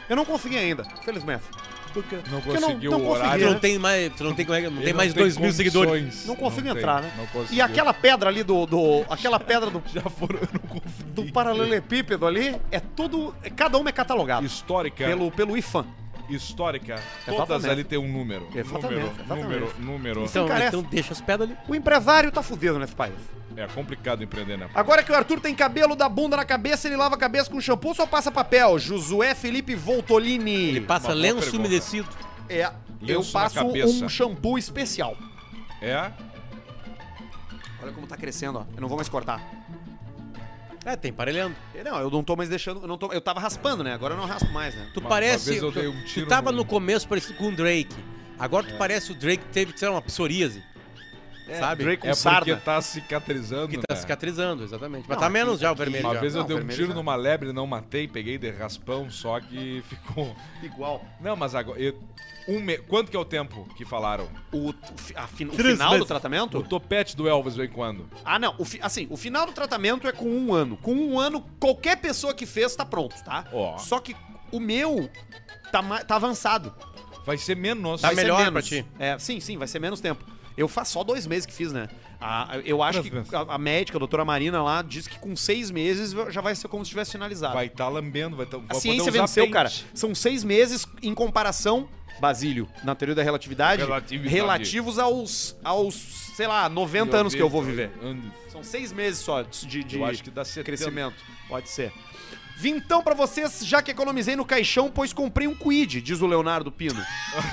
Eu não consegui ainda, felizmente. Não Porque não- conseguiu não o consegui, horário. né? Não tem mais, tu não tem, não Ele tem mais 2 mil seguidores. condições. Não consigo tem, entrar, né? não E conseguiu. aquela pedra ali aquela pedra Já foram, eu não consegui. do paralelepípedo ali, é tudo, cada uma é catalogado Histórica. pelo IFAM. Histórica. Todas Exatamente. ali tem um número. Exatamente, Número. Então, Cara, então deixa as pedras ali. O empresário tá fudido nesse país. É complicado empreender, né? Agora que o Arthur tem cabelo da bunda na cabeça, ele lava a cabeça com shampoo ou só passa papel? Josué Felipe Voltolini. Ele passa Uma boa lenço pergunta. umedecido. É, eu Lenço na passo cabeça. um shampoo especial. É? Olha como tá crescendo, ó. Eu não vou mais cortar. É, tem parelhando. Não, eu não tô mais deixando. Eu tava raspando, né? Agora eu não raspo mais, né? Tu Uma parece. vez eu dei um Tu tiro tava no- no começo parecido com o Drake. Agora tu parece o Drake que teve, sei lá, uma psoríase. Sabe? Drake com É porque sarda. tá cicatrizando, Que tá né? cicatrizando, exatamente. Mas Não, tá aqui- menos já o aqui- vermelho. Uma já. vez eu Não, dei um vermelho tiro já. numa lebre, não matei, peguei de raspão, só que ficou... Igual. Não, mas agora... Quanto que é o tempo que falaram? O Três final do meses. tratamento? O topete do Elvis vem quando? Ah, não. O final do tratamento é com 1 ano. Com 1 ano, qualquer pessoa que fez tá pronto, tá? Ó. Só que o meu tá avançado. Vai ser menos. Tá Vai ser melhor menos. pra ti. É, sim, vai ser menos tempo. Eu faço só 2 meses que fiz, né? Eu acho que a médica, a doutora Marina lá, disse que com 6 meses já vai ser como se tivesse finalizado. Vai estar lambendo, vai A poder ciência usar venceu, pente. cara. São 6 meses em comparação, Basílio, na teoria da relatividade, Relatividade. relativos aos, sei lá, 90 anos que eu vou viver. Anos. São 6 meses só de Eu acho que dá 70. crescimento. Pode ser. Vintão pra vocês, já que economizei no caixão, pois comprei um Quid, diz o Leonardo Pino.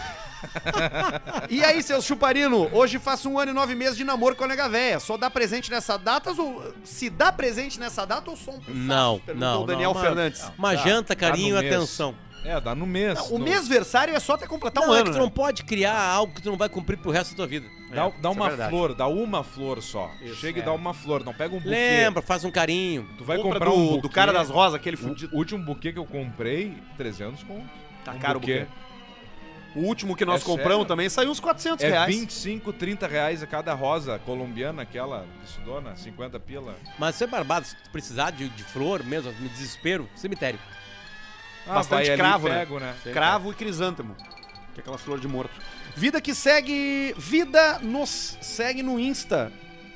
E aí, seus chuparino? Hoje faço 1 ano e 9 meses de namoro com a nega véia. Só dá presente nessa data ou... Se dá presente nessa data ou som? Não, Perguntou não. o Daniel não, Fernandes. Uma janta, carinho e no mês. atenção. É, dá no mês. O mêsversário é só até completar um Não, é ano, que tu né? não pode criar algo que tu não vai cumprir pro resto da tua vida. Dá isso uma é verdade. flor, dá uma flor só. Isso, Chega é. e dá uma flor, não pega um buquê. Lembra, faz um carinho. Tu vai Compra comprar um buquê. do cara das rosas, aquele fudido. O último buquê que eu comprei, 300 conto. Tá caro o buquê. O último que nós É compramos sério? também saiu uns 400 É reais. 25, 30 reais a cada rosa colombiana, aquela estudona, 50 pila. Mas você é barbado, se tu precisar de flor mesmo, me desespero, cemitério. Bastante vai ali cravo, e né? pego, né? Cravo e crisântemo. Que é aquela flor de morto. Vida que segue. Vida nos segue no Insta.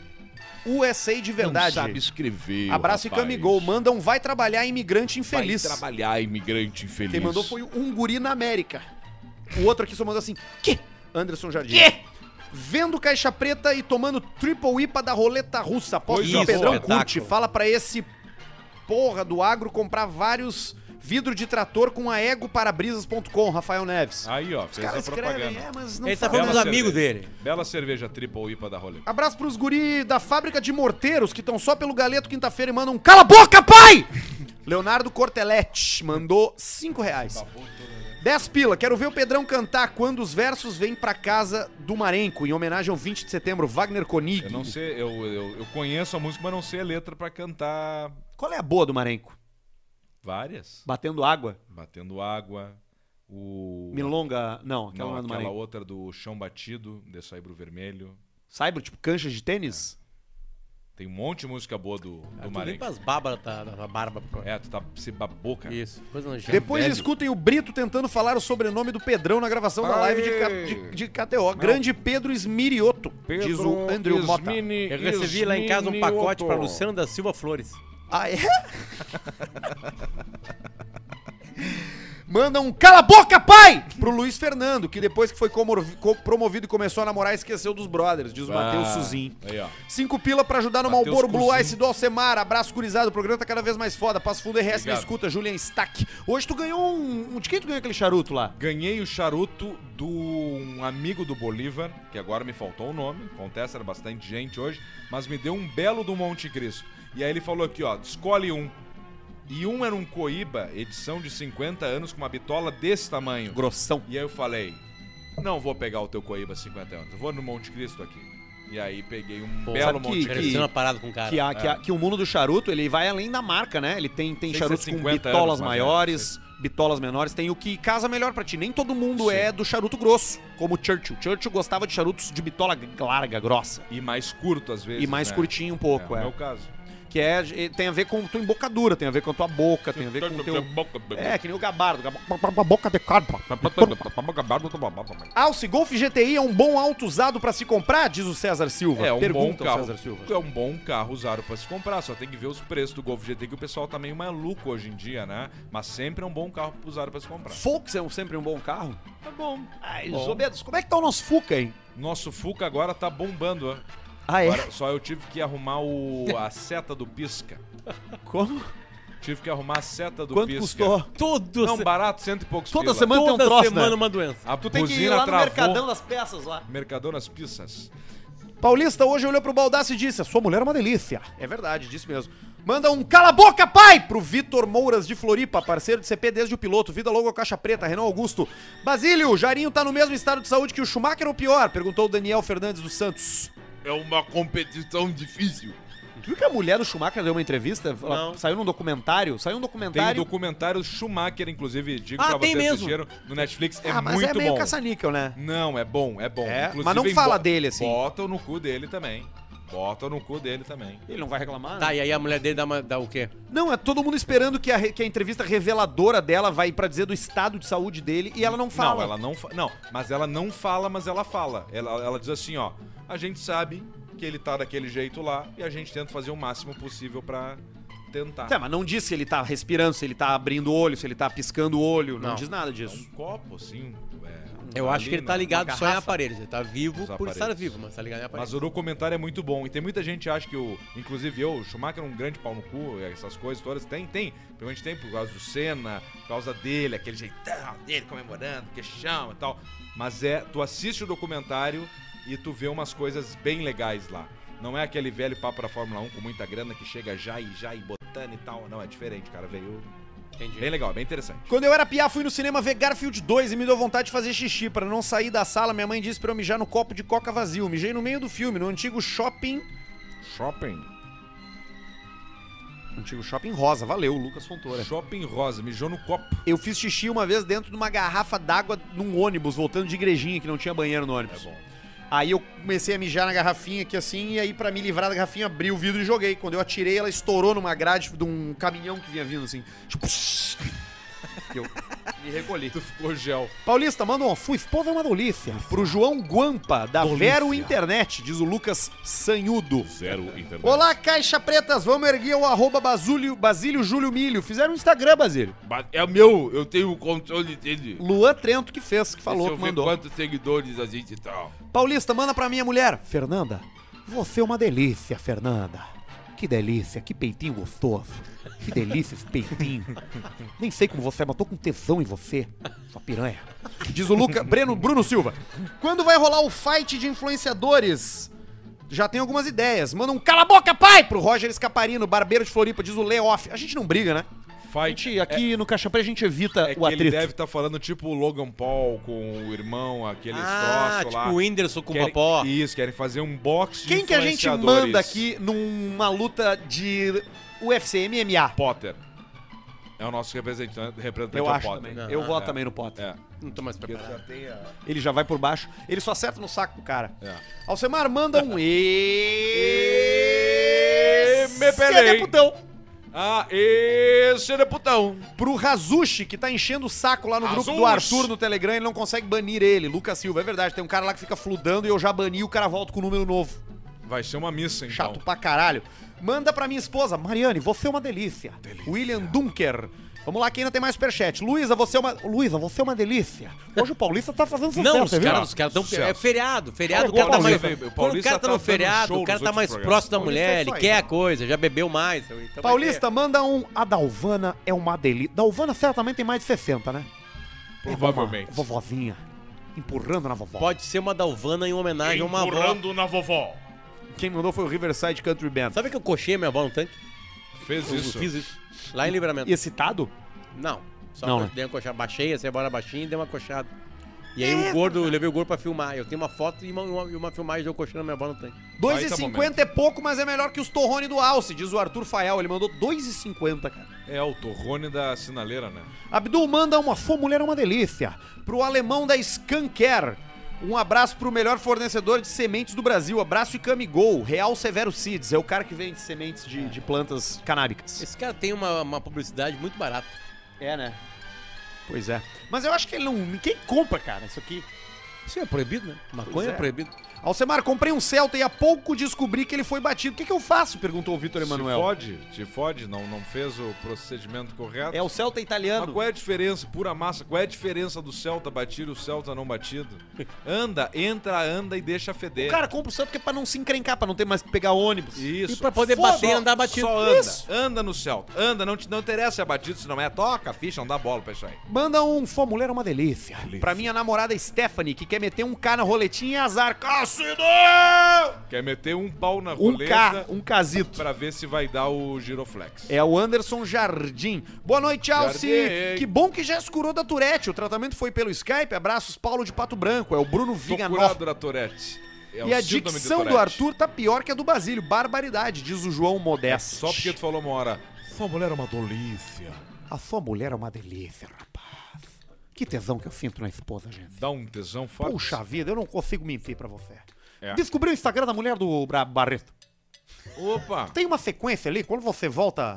USA de verdade. Não sabe escrever. Abraço e Camigol. Manda um vai trabalhar imigrante infeliz. Vai trabalhar, imigrante infeliz. Quem mandou foi um guri na América. O outro aqui só mandou assim: que? Anderson Jardim. Vendo caixa preta e tomando triple IPA da roleta russa. Posso Coisa ir, o Pedrão boa. curte. Espetáculo. Fala pra esse porra do agro comprar vários vidro de trator com a egoparabrisas.com, Rafael Neves. Aí, ó, Os fez a caras escrevem, propaganda. mas não Ele tá falam falando dos nada. Bela amigos cerveja. dele. Bela cerveja triple IPA da rolê. Abraço pros guri da fábrica de morteiros que estão só pelo galeto quinta-feira e mandam cala a boca, pai! Leonardo Cortelete mandou 5 reais. 10 pila, quero ver o Pedrão cantar quando os versos vêm pra casa do Marenco, em homenagem ao 20 de setembro, Wagner Koenig. Eu não sei, eu conheço a música, mas não sei a letra pra cantar Qual é a boa do Marenco? várias. Batendo água? Batendo água, o... Milonga? Não, aquela não é do aquela Marenco. outra do Chão Batido, de Saibro Vermelho. Saibro, tipo canchas de tênis? Tem um monte de música boa do Tu Marenco. limpa as babas da barba. Pô. É, tu tá se babou, cara. Isso, coisa nojenta. Depois velho. escutem o Brito tentando falar o sobrenome do Pedrão na gravação da live de KTO. Grande Pedro Esmirioto, diz o Andrew Mota. Eu recebi lá em casa um pacote pra Luciano da Silva Flores. Ah, é? Manda um cala a boca, pai! Pro Luiz Fernando, que depois que foi promovido e começou a namorar, esqueceu dos brothers, diz o Matheus Suzin. Aí, ó. 5 pila pra ajudar no Matheus Malboro Blue Cousin. Ice do Alcemar. Abraço, gurizado. O programa tá cada vez mais foda. Passo Fundo RS na Obrigado. escuta. Julian Stack. Hoje tu ganhou de quem tu ganhou aquele charuto lá? Ganhei o charuto de um amigo do Bolívar, que agora me faltou o nome, acontece, era bastante gente hoje, mas me deu um belo do Monte Cristo. E aí ele falou aqui, ó, escolhe um. E um era um Coíba, edição de 50 anos, com uma bitola desse tamanho. Grossão. E aí eu falei, não vou pegar o teu Coíba 50 anos, eu vou no Monte Cristo aqui. E aí peguei um Pô, belo sabe Monte que- Cristo. Cresceu uma parada com o cara. Que o mundo do charuto, ele vai além da marca, né? Ele tem que charutos ser com 50 bitolas anos, mas maiores, bitolas menores. Tem o que casa melhor pra ti. Nem todo mundo Sim. é do charuto grosso, como o Churchill. Churchill gostava de charutos de bitola larga, grossa. E mais curto às vezes, E mais né? curtinho um pouco, É, é. no meu caso. Que tem a ver com tua embocadura, tem a ver com a tua boca, tem a ver com o teu... É, que nem o gabardo. Boca de carpa. Alce, Golf GTI é um bom auto usado pra se comprar? Diz o César Silva. É um Pergunta bom carro. o César Silva. É um bom carro usado pra se comprar. Só tem que ver os preços do Golf GT, que o pessoal tá meio maluco hoje em dia, né? Mas sempre é um bom carro usado pra se comprar. Volks é sempre um bom carro? Tá bom. Ai, Bom. Zobedos, como é que tá o nosso Fuca, hein? Nosso Fuca agora tá bombando, ó. Ah, é? Agora, só eu tive que arrumar a seta do pisca. Como? Tive que arrumar a seta do Quanto pisca. custou? Todo Não, barato, 100 e poucos Toda pila. semana tem um Toda troço, semana né? uma doença. A Tu tem que ir buzina lá no travou. Mercadão das Peças lá. Mercadão nas pizzas. Paulista hoje olhou pro Baldassi e disse: a sua mulher é uma delícia. É verdade, disse mesmo. Manda um cala a boca, pai! Pro Vitor Mouras de Floripa, parceiro de CP desde o piloto. Vida Logo Caixa Preta, Renan Augusto. Basílio, o Jarinho tá no mesmo estado de saúde que o Schumacher ou pior? Perguntou o Daniel Fernandes dos Santos. É uma competição difícil. Tu viu que a mulher do Schumacher deu uma entrevista? Ela Não. saiu num documentário? Saiu um Tem um documentário. documentário Schumacher, inclusive, digo Ah, pra tem vocês mesmo. assistiram no Netflix. É mas muito é meio bom. caça-níquel, né? Não, é bom, é bom. É, Inclusive, mas não fala dele, assim. Botam no cu dele também. Botam no cu dele também. Ele não vai reclamar? Tá, e aí a mulher dele dá o quê? Não, é todo mundo esperando que a entrevista reveladora dela vai pra dizer do estado de saúde dele e ela não fala. Não, ela não fala. Não, mas ela não fala, mas ela fala. Ela diz assim, ó. A gente sabe que ele tá daquele jeito lá e a gente tenta fazer o máximo possível pra tentar. Tá, mas não diz se ele tá respirando, se ele tá abrindo o olho, se ele tá piscando o olho. Não, Não. diz nada É disso. um copo, assim. Eu acho que ele tá ligado uma só em garrafa. aparelhos. Ele tá vivo Os por estar aparelhos. vivo, mas tá ligado em aparelhos. Mas o documentário é muito bom. E tem muita gente que acha que inclusive eu, o Schumacher é um grande pau no cu, essas coisas todas. Tem. Principalmente tem por causa do Senna, por causa dele, aquele jeitão dele comemorando, queixão e tal. Mas tu assiste o documentário e tu vê umas coisas bem legais lá. Não é aquele velho papo pra Fórmula 1 com muita grana que chega já e botando e tal. Não, é diferente, cara. Veio Entendi. bem legal, bem interessante. Quando eu era piá, fui no cinema ver Garfield 2 e me deu vontade de fazer xixi. Pra não sair da sala, minha mãe disse pra eu mijar no copo de coca vazio. Mijei no meio do filme, no antigo shopping... Shopping. Antigo shopping rosa, valeu, Lucas Fontoura. Shopping rosa, mijou no copo. Eu fiz xixi uma vez dentro de uma garrafa d'água num ônibus, voltando de igrejinha, que não tinha banheiro no ônibus. É bom. Aí eu comecei a mijar na garrafinha aqui assim, e aí pra me livrar da garrafinha, abri o vidro e joguei. Quando eu atirei, ela estourou numa grade de um caminhão que vinha vindo assim. Tipo, eu me recolhi. Tu ficou gel. Paulista, manda um fui, povo é uma delícia. Pro João Guampa, da Vero Internet, diz o Lucas Sanhudo. Zero internet. Olá, Caixa Pretas, vamos erguer o arroba Basílio Júlio Milho. Fizeram um Instagram, Basílio. É o meu, eu tenho o controle dele. Luan Trento que fez, que falou, Deixa eu que ver mandou. quantos seguidores a gente tá. Paulista, manda pra minha mulher. Fernanda, você é uma delícia, Fernanda. Que delícia, que peitinho gostoso. Que delícia esse peitinho. Nem sei como você é, mas tô com tesão em você, sua piranha. Diz o Bruno Silva. Quando vai rolar o fight de influenciadores? Já tem algumas ideias. Manda um cala a boca, pai! Pro Roger Escaparino, barbeiro de Floripa, diz o Leoff. A gente não briga, né? A gente, aqui no Caixa Preta a gente evita É o que ele atrito. deve estar falando tipo o Logan Paul com o irmão, aqueles troços tipo lá. o Whindersson com o Querem- Popó. Isso, querem fazer um box de Quem que a gente influenciadores. manda aqui numa luta de UFC, MMA? Potter. É o nosso representante Eu é o acho Potter. também. Não, Eu voto é. também no Potter. É. Não tô mais Porque preparado. já tem a... Ele já vai por baixo. Ele só acerta no saco do cara. É. Alcemar manda um Me pelei. deputão Ah, esse é putão. pro Razushi, que tá enchendo o saco lá no grupo do Razushi. Arthur no Telegram. Ele não consegue banir ele. Lucas Silva, é verdade. Tem um cara lá que fica fludando e eu já bani e o cara volta com o número novo. Vai ser uma missa, então. Chato pra caralho. Manda pra minha esposa. Mariane, você é uma delícia. William Dunker. Vamos lá, quem ainda tem mais superchat. Luísa, você é uma delícia. Hoje o Paulista tá fazendo sucesso, Não, os você viu? caras estão... Sucesso. É feriado. Cara, Feriado, o cara tá mais... Paulista, o Quando o Paulista cara tá tá no dando feriado, show o cara nos tá outros mais programas. próximo da Paulista é mulher, isso ele aí, quer a né? coisa, já bebeu mais. Então vai Paulista, manda um. A Dalvana é uma delícia. Dalvana certamente tem mais de 60, né? Provavelmente. É uma vovozinha. Empurrando na vovó. ter. Pode ser uma Dalvana em homenagem a uma avó. Empurrando na vovó. Quem mandou foi o Riverside Country Band. Sabe que eu cochei a minha avó no tanque? Fez Eu isso. fiz isso. Lá em Livramento. E excitado? Não. Só Não, né? dei uma coxada. Baixei, assim, a bola baixinha e dei uma coxada. E aí o gordo, eu levei o gordo pra filmar. Eu tenho uma foto e uma filmagem de eu coxando a minha avó no tanque. 2,50 é pouco, mas é melhor que os Torrone do Alce, diz o Arthur Fael. Ele mandou 2,50, cara. É o torrone da sinaleira, né? Abdul manda uma sua mulher é uma delícia. Pro alemão da Skanker. Um abraço pro melhor fornecedor de sementes do Brasil. Abraço e Camigol. Real Severo Seeds. É o cara que vende sementes de plantas canábicas. Esse cara tem uma publicidade muito barata. É, né? Pois é. Mas eu acho que ele não... Quem compra, cara, isso aqui? Isso é proibido, né? Maconha é proibido. Alcemar, comprei um Celta e há pouco descobri que ele foi batido. O que eu faço? Perguntou o Vitor Emanuel. Te fode, não fez o procedimento correto. É o Celta italiano. Mas qual é a diferença, pura massa, qual é a diferença do Celta batido e o Celta não batido? Anda e deixa feder. O cara compra o Celta que é pra não se encrencar, pra não ter mais que pegar ônibus. Isso. E pra poder bater e andar batido. Só anda. Isso. Anda no Celta. Anda, não interessa se é batido, se não é. Toca a ficha, não dá bola pra isso aí. Manda um Sua Mulher é uma delícia. Pra minha namorada Stephanie, que quer meter um K na roletinha e azar. Cassido! Quer meter um pau na roleta Um casito. pra ver se vai dar o giroflex. É o Anderson Jardim. Boa noite, Alci. Jardim. Que bom que já se curou da Tourette. O tratamento foi pelo Skype. Abraços, Paulo de Pato Branco. É o Bruno Tô Viganó. curado da Tourette. É E a o síndrome de dicção do Tourette. Arthur tá pior que a do Basílio. Barbaridade, diz o João Modesto. Só porque tu falou uma hora. Sua mulher é uma delícia. A sua mulher é uma delícia, rapaz. Que tesão que eu sinto na esposa, gente. Dá um tesão forte. Puxa vida, eu não consigo mentir pra você. É. Descobri o Instagram da mulher do Barreto. Opa! Tem uma sequência ali, quando você volta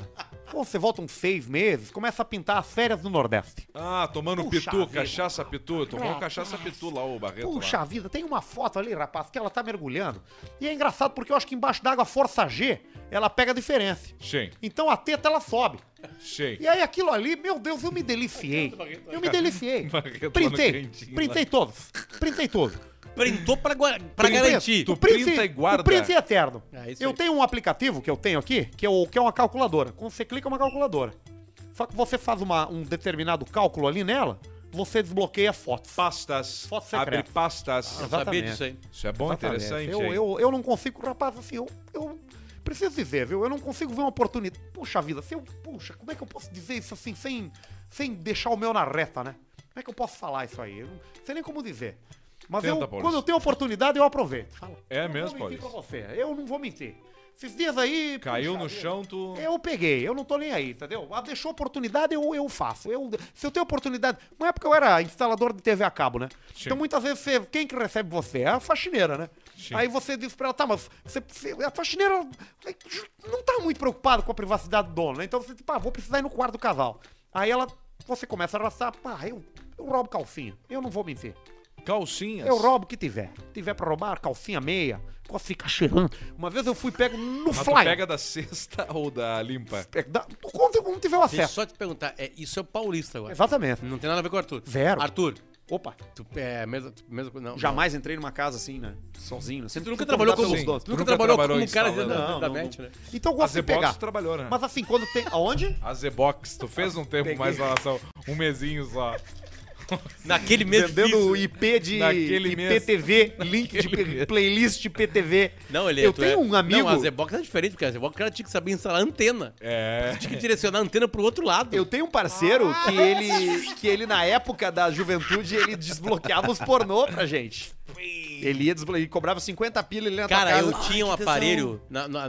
uns 6 meses, começa a pintar as férias do Nordeste. Ah, tomando Puxa pitu, vida. cachaça pitu. Tomou cachaça pitu lá, o Barreto. Puxa lá. vida, tem uma foto ali, rapaz, que ela tá mergulhando. E é engraçado porque eu acho que embaixo d'água a força G, ela pega a diferença. Sim, Então a teta, ela sobe. sim. E aí aquilo ali, meu Deus, eu me deliciei. Eu me deliciei. Barreto lá no Printei. cantinho Printei todos. Printei todos. Printou pra garantir. Tu printa e guarda. O print é eterno. É isso Eu aí. tenho um aplicativo que eu tenho aqui, que é uma calculadora. Quando você clica, é uma calculadora. Só que você faz um determinado cálculo ali nela, você desbloqueia fotos. Pastas. Foto Abre secreta. pastas. Não Exatamente. sabia disso aí. Isso é bom, Exatamente. interessante. hein? Eu não consigo, rapaz, assim, eu preciso dizer, viu? Eu não consigo ver uma oportunidade. Puxa vida, como é que eu posso dizer isso assim, sem deixar o meu na reta, né? Como é que eu posso falar isso aí? Eu não sei nem como dizer. Mas Tenta, Paulista. quando eu tenho oportunidade, eu aproveito. É Eu mesmo, não vou mentir pra Paulista? você, eu não vou mentir. Esses dias aí... Caiu puxa no vida, chão, tu... Eu peguei, eu não tô nem aí, entendeu? Ah, deixou oportunidade, eu faço. Se eu tenho oportunidade... Na época eu era instalador de TV a cabo, né? Sim. Então muitas vezes quem que recebe você? É a faxineira, né? Sim. Aí você diz pra ela, tá, mas a faxineira não tá muito preocupada com a privacidade do dono, né? Então você diz, pá, vou precisar ir no quarto do casal. Aí você começa a arrastar, pá, eu roubo calcinha, eu não vou mentir. Calcinhas. Eu roubo o que tiver. Se tiver pra roubar, calcinha meia, posso ficar cheirando. Uma vez eu fui pego no Mas tu fly. pega da cesta ou da limpa? Quando não tiver o Deixa eu acesso. só te perguntar, isso é o paulista agora. Exatamente. Não tem nada a ver com o Arthur. Zero. Arthur, Opa, tu mesmo não. jamais entrei numa casa assim, né? Sozinho. Né? Tu Sempre nunca fui trabalhou convidado como pelos donos. tu nunca Nunca trabalhou trabalhou como um cara instalando. da Não, net, não. né? Então eu A gosto de pegar. Zebox trabalhou, né? Mas assim, quando tem... Aonde? A Zebox, tu fez um tempo Peguei. mais lá, só um mesinho só. Naquele mês Vendendo difícil. IP de Naquele mês. IPTV, link de playlist de PTV. Não, Eu tenho um amigo... Não, a Zebox é diferente, porque a Zebox o cara tinha que saber instalar antena. É. Tinha que direcionar a antena pro outro lado. Eu tenho um parceiro que ele, na época da juventude, ele desbloqueava os pornô pra gente. Ele ia ele cobrava 50 pila, ele ia na tua Cara, casa. eu tinha um que tesão. aparelho.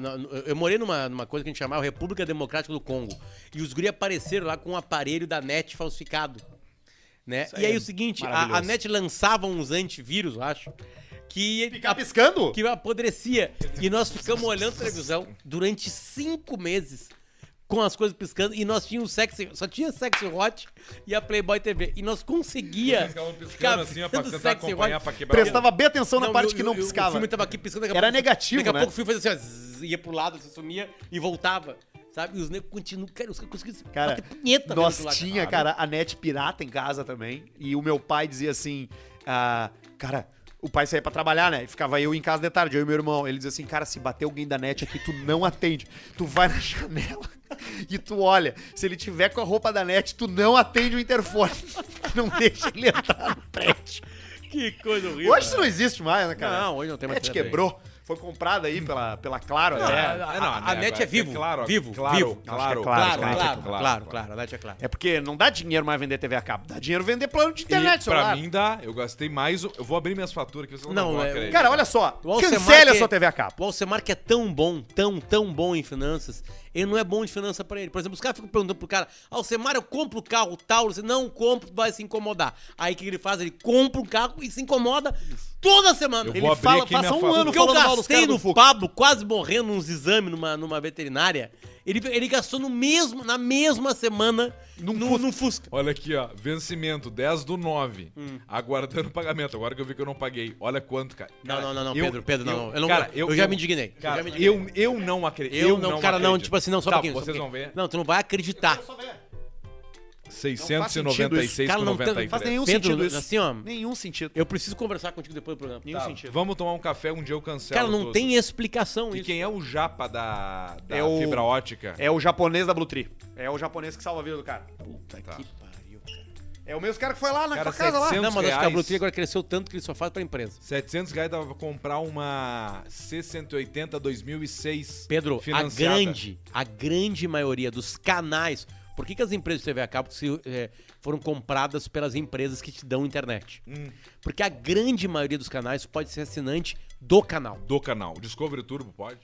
Eu morei numa coisa que a gente chamava República Democrática do Congo. E os guri apareceram lá com um aparelho da net falsificado. Né? E aí é o seguinte, a maravilhoso. net lançava uns antivírus, eu acho, que Ficar piscando? que apodrecia. E nós ficamos olhando televisão durante 5 meses com as coisas piscando. E nós tínhamos só tinha Sexy Hot e a Playboy TV. E nós conseguia Ficavam piscando ficar assim, ó, pra vendo tentar Sexy acompanhar, Hot. pra quebrar Prestava bem atenção na parte que não O piscava. filme tava aqui piscando, daqui a Era pouco- negativo, Daqui a né? pouco o filme fazia assim, ó, zzz, ia pro lado, se sumia e voltava. Sabe? E os negros continuam. Cara, os caras conseguiam Cara, bater punheta vendo nós aquilo lá, tinha, cara, a net pirata em casa também. E o meu pai dizia assim, cara, o pai saía pra trabalhar, né? E ficava eu em casa de tarde, eu e meu irmão. Ele dizia assim, cara, se bater alguém da net aqui, tu não atende. Tu vai na janela e tu olha. Se ele tiver com a roupa da net, tu não atende o interfone. Não deixa ele entrar no prédio. Que coisa horrível. Hoje isso não existe mais, né, cara? Não, hoje não tem mais net treta aí. quebrou. Foi comprada aí pela Claro. A net é vivo. Claro, Vivo. claro, Vivo. claro, Claro, Claro. A net é claro. É porque não dá dinheiro mais vender TV a cabo. Dá dinheiro vender plano de internet, E pra celular. mim dá, eu gastei mais. Eu vou abrir minhas faturas que vocês não Não, vão é- acreditar. Cara, olha só. O Alcemar Cancele a que- sua TV a cabo. O Alcemar, que é tão bom, tão bom em finanças, ele não é bom de finança pra ele. Por exemplo, os caras ficam perguntando pro cara, Alcemar, eu compro o carro tal, você não compra, vai se incomodar. Aí o que ele faz? Ele compra o carro e se incomoda toda semana. Eu Ele vou abrir fala, aqui passa minha um ano Porque eu falando mal dos gastei caras do no Fux. Pablo, quase morrendo nos exames numa veterinária, ele gastou na mesma semana num Fusca. Olha aqui, ó. Vencimento 10/9. Aguardando pagamento. Agora que eu vi que eu não paguei. Olha quanto, cara. Não, eu- Pedro, não. Eu, não, cara, eu já me indignei. Cara, eu já me indignei. eu não acredito. Eu não, cara, não, acredito. tipo assim, não, só um Tá, pouquinho. vocês só um vão pouquinho. ver. Não, tu não vai acreditar. 696 Cara, não tem- Não faz nenhum Pedro, sentido isso. assim, ó, Nenhum sentido. eu preciso conversar contigo depois do programa. Nenhum sentido. Vamos tomar um café, um dia eu cancelo. Cara, não todos. tem explicação E isso. quem é o japa da É o- fibra ótica? É o japonês da Blue Tree. É o japonês que salva a vida do cara. Puta Tá. que pariu, cara. É o mesmo cara que foi lá na Cara, tua casa lá. 700 Não, mas acho que a reais. Blue Tree agora cresceu tanto que ele só faz pra empresa. R$700 dava pra comprar uma C180 2006. Pedro, financiada. a grande maioria dos canais... Por que as empresas de TV a cabo foram compradas pelas empresas que te dão internet? Porque a grande maioria dos canais pode ser assinante do canal. Do canal. Discovery Turbo pode?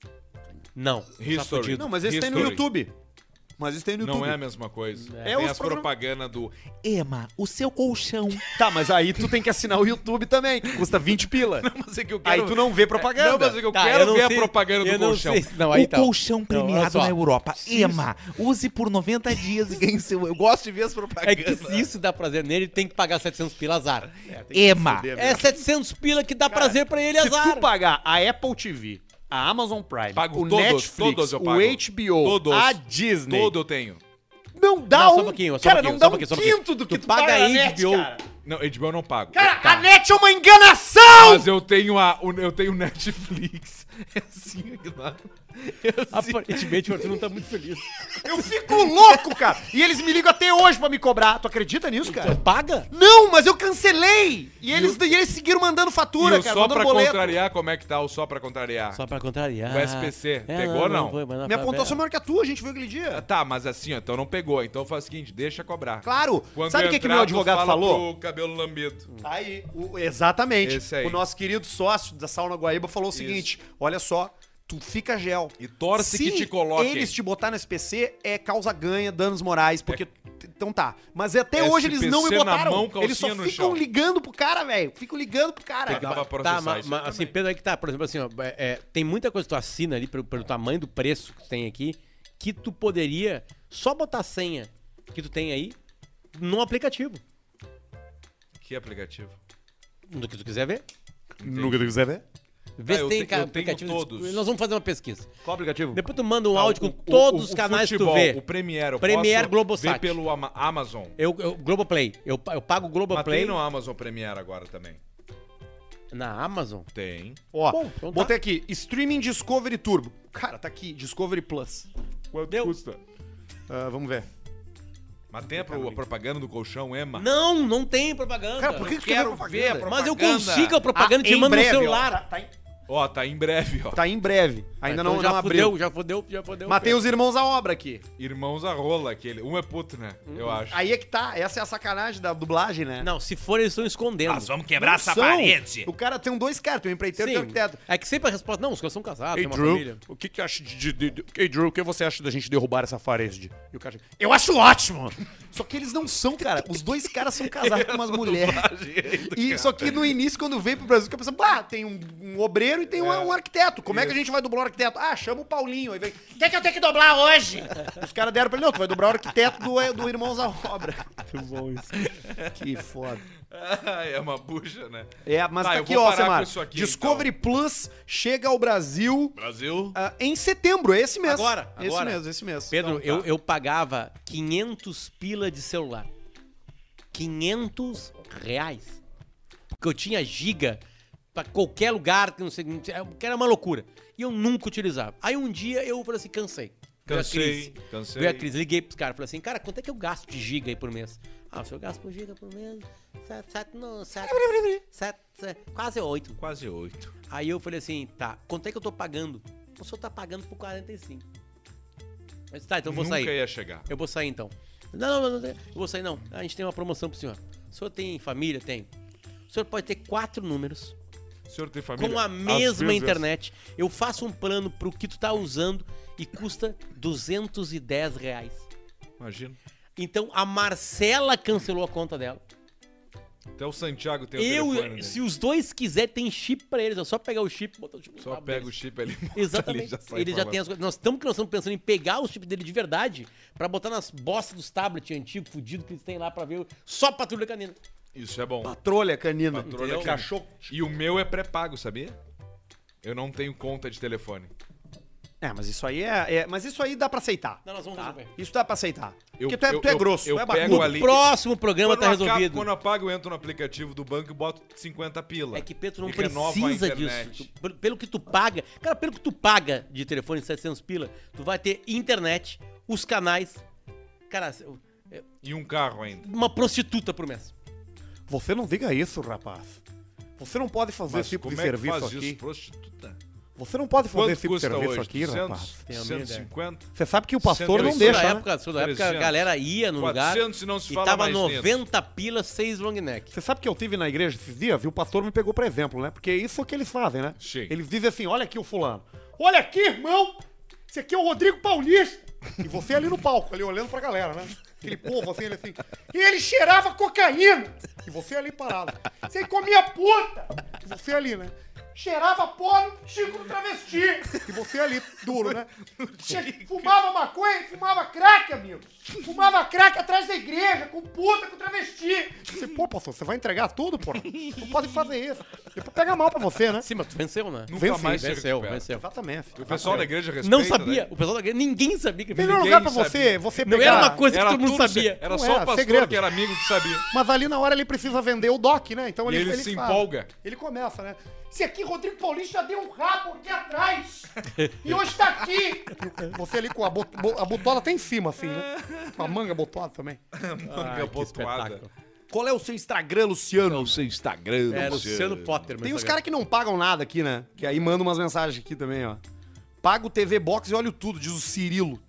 Não. History. Tá fudido. Não, mas esse tem no History. YouTube. Mas isso tem no YouTube. Não é a mesma coisa. É Tem os as programas- propagandas do... Ema, o seu colchão. Tá, mas aí tu tem que assinar o YouTube também, que custa 20 pila. Mas é que eu Aí tu não vê propaganda. Não, mas é que eu Tá, quero não ver sei- a propaganda eu do não colchão. sei- Não, aí o tá. colchão Não, premiado olha só. na Europa. Ema, use por 90 dias e ganhe seu... Eu gosto de ver as É propagandas. que se isso dá prazer nele, ele tem que pagar 700 pila, azar. Ema. É 700 pila que dá prazer pra ele, Se azar. tu pagar a Apple TV, a Amazon Prime, Pago o todos, Netflix, todos eu o pago. HBO, Todos. a Disney, Todo eu tenho. não dá Não, só um... um pouquinho, só um cara, pouquinho, não só dá um um pouquinho, só um pouquinho. quinto do que Tu tu paga paga na aí, net, HBO. cara. Não, HBO eu não pago. Cara, a net é uma enganação! Mas eu tenho eu tenho Netflix. É assim aqui lá. Aparentemente o Arthur não tá muito feliz. Eu fico louco, cara. E eles me ligam até hoje pra me cobrar. Tu acredita nisso, cara? Paga? Não, mas eu cancelei. E eles seguiram mandando fatura, E o cara, só mandando pra boleto. contrariar, como é que tá o só pra contrariar? Só pra contrariar. O SPC, pegou ou não? foi, mas na Minha favela. pontuação é maior que a tua, a gente viu aquele dia. Tá, mas assim, ó, então não pegou. Então faz o seguinte, deixa cobrar. Claro. Quando Sabe o que entrar, meu tu advogado fala falou? Pro cabelo lambido. Aí, exatamente. Esse aí. O nosso querido sócio da Sauna Guaíba falou o seguinte: olha só, tu fica gel. E torce Se que te coloquem. eles te botar no SPC, é causa ganha, danos morais, porque... Então tá. Mas até hoje eles não me SPC na botaram. mão, calcinha Eles só no ficam chão. ligando pro cara, velho. Ficam ligando pro cara. Dá pra Tá, processar mas, isso mas, também. assim, Pedro, aí que tá. Por exemplo, assim, ó, tem muita coisa que tu assina ali pelo tamanho do preço que tu tem aqui, que tu poderia só botar a senha que tu tem aí num aplicativo. Que aplicativo? Do que tu quiser ver. Nunca tu quiser ver? Vê Ah, se eu tem te- eu tenho aplicativo. todos. Nós vamos fazer uma pesquisa. Qual aplicativo? Depois tu manda um Tá, áudio o- com todos o- os o canais futebol, que tu vê. O Premiere, eu Premiere, posso Globosat. ver pelo Amazon. Eu Globoplay. Eu pago o Mas Globoplay tem no Amazon Premiere agora também. na Amazon. Tem. Ó, Bom, então tá. botei aqui, Streaming Discovery Turbo. Cara, tá aqui, Discovery Plus. Quanto Deu. custa? Vamos ver. Mas tem a propaganda do colchão, Ema? Não tem propaganda. Cara, por que Eu tu quer quero propaganda? ver a propaganda. Mas eu consigo a propaganda e te em mando no breve, ó. celular. Tá Ó, tá em breve, ó. em breve. Ainda Então não, já não abriu. Já fodeu. Mas tem os irmãos à obra aqui. Irmãos a rola, aquele. Um é puto, né? Eu acho. Aí é que tá. Essa é a sacanagem da dublagem, né? Não, se for, eles estão escondendo. vamos quebrar Não são. O cara tem dois caras, tem um empreiteiro e tem um arquiteto. É que sempre a resposta, não, os caras são casados, Hey, tem uma Drew, família. o que acha Hey, Drew, o que você acha da gente derrubar essa parede? E o cara eu acho ótimo! Só que eles não são, cara. Os dois caras são casados com umas mulheres. E só que no início, quando veio pro Brasil, fica pensando, tem um obreiro e tem um arquiteto. Como é que a gente vai dublar o arquiteto? Ah, chama o Paulinho. Aí vem, quem que eu tenho que dublar hoje? Os caras deram pra ele, não, tu vai dublar o arquiteto do Irmãos à Obra. Muito bom isso. Que foda. É uma bucha, né? Mas Tá, tá eu aqui, vou ó, parar Semar. com isso aqui, Discovery Plus chega ao Brasil Brasil. em setembro, é esse mês. Agora. Esse mês. Pedro, Então tá. eu pagava 500 pila de celular. 500 reais. Porque eu tinha giga pra qualquer lugar, que não sei, que era uma loucura. E eu nunca utilizava. Aí um dia eu falei assim, cansei. Cansei. Veio a crise, liguei pros caras, falei assim, cara, quanto é que eu gasto de giga aí por mês? Ah, o senhor gasta por giga por mês? Quase 8. Quase 8. Aí eu falei assim, tá, quanto é que eu tô pagando? O senhor tá pagando por 45. Eu disse, tá, então eu vou Nunca sair. ia chegar. Eu vou sair então. Não, eu vou sair não. A gente tem uma promoção pro senhor. O senhor tem família? Tem. O senhor pode ter 4 números O senhor tem família? com a Às mesma vezes- internet. Eu faço um plano pro que tu tá usando e custa R$210. Imagina. Então a Marcela cancelou a conta dela. Até o Santiago tem o telefone, né? Se os dois quiserem, tem chip pra eles. É só pegar o chip e botar o chip no Só rabo pega deles. o chip ali. bota Exatamente. ali, já sai Ele já falando. tem as coisas. Nós estamos pensando em pegar o chip dele de verdade pra botar nas bostas dos tablets antigos, fudidos que eles têm lá pra ver só Patrulha Canina. Isso é bom. Patrulha canina. Patrulha Entendeu? cachorro. E o meu é pré-pago, sabia? Eu não tenho conta de telefone. Mas isso aí mas isso aí dá pra aceitar. Não, nós vamos resolver. Isso dá pra aceitar. Eu- Porque tu é eu- grosso, eu tu é pego barbudo. ali- O próximo programa tá acaba- resolvido. Quando eu apago, eu entro no aplicativo do banco e boto 50 pila. É que, Pedro, não E renova a precisa internet. disso. Pelo que tu paga... Cara, pelo que tu paga de telefone, 700 pila, tu vai ter internet, os canais... Cara, E um carro ainda. uma prostituta por mês. Você não diga isso, rapaz. Você não pode fazer Mas esse tipo de como é que serviço faz aqui. isso, prostituta? Você não pode fazer Quanto esse tipo de custa serviço hoje? aqui, 200, rapaz. Tenho a minha ideia. 150? Você sabe que o pastor não 100, deixa, da né? época, sou da época, a 300. galera ia no lugar 400 e não se e fala tava mais nisso. 90 pila, 6 long neck. Você sabe que eu tive na igreja esses dias, viu? O pastor me pegou pra exemplo, né? Porque isso é o que eles fazem, né? Sim. Eles dizem assim, olha aqui o fulano. Olha aqui, irmão! Esse aqui é o Rodrigo Paulista. E você ali no palco, ali olhando pra galera, né? Aquele povo assim, ele assim. E ele cheirava cocaína. E você ali parado. Você comia puta. E você ali, né? Cheirava porno, Chico no travesti. E você ali, duro, né? Fumava maconha e fumava crack, amigo. Fumava crack atrás da igreja, com puta, com travesti. Você, pô, pastor, você vai entregar tudo, porra? Não pode fazer isso. Depois pega mal pra você, né? Sim, mas tu venceu, né? Nunca Venci, mais se Venceu, recupera. venceu. Exatamente. O pessoal da igreja respeita, Não sabia. né? O pessoal da igreja, ninguém sabia que Melhor Ninguém lugar pra sabia. você Não pegar... era uma coisa que Era todo mundo tudo sabia. Era Não só era, o pastor segredo. que era amigo que sabia. Mas ali na hora ele precisa vender o doc, né? Então E ele se fala. empolga. Ele começa, né? Esse aqui, Rodrigo Paulista, já deu um rabo aqui atrás. E hoje tá aqui. Você ali com a botola até em cima, assim, né? Com a manga botoada também. Manga que botoada. espetáculo. Qual é o seu Instagram, Luciano? O seu Instagram. É, Luciano Potter. Tem uns caras que não pagam nada aqui, né? Que aí mandam umas mensagens aqui também, ó. Pago TV Box e olho tudo, diz o Cirilo.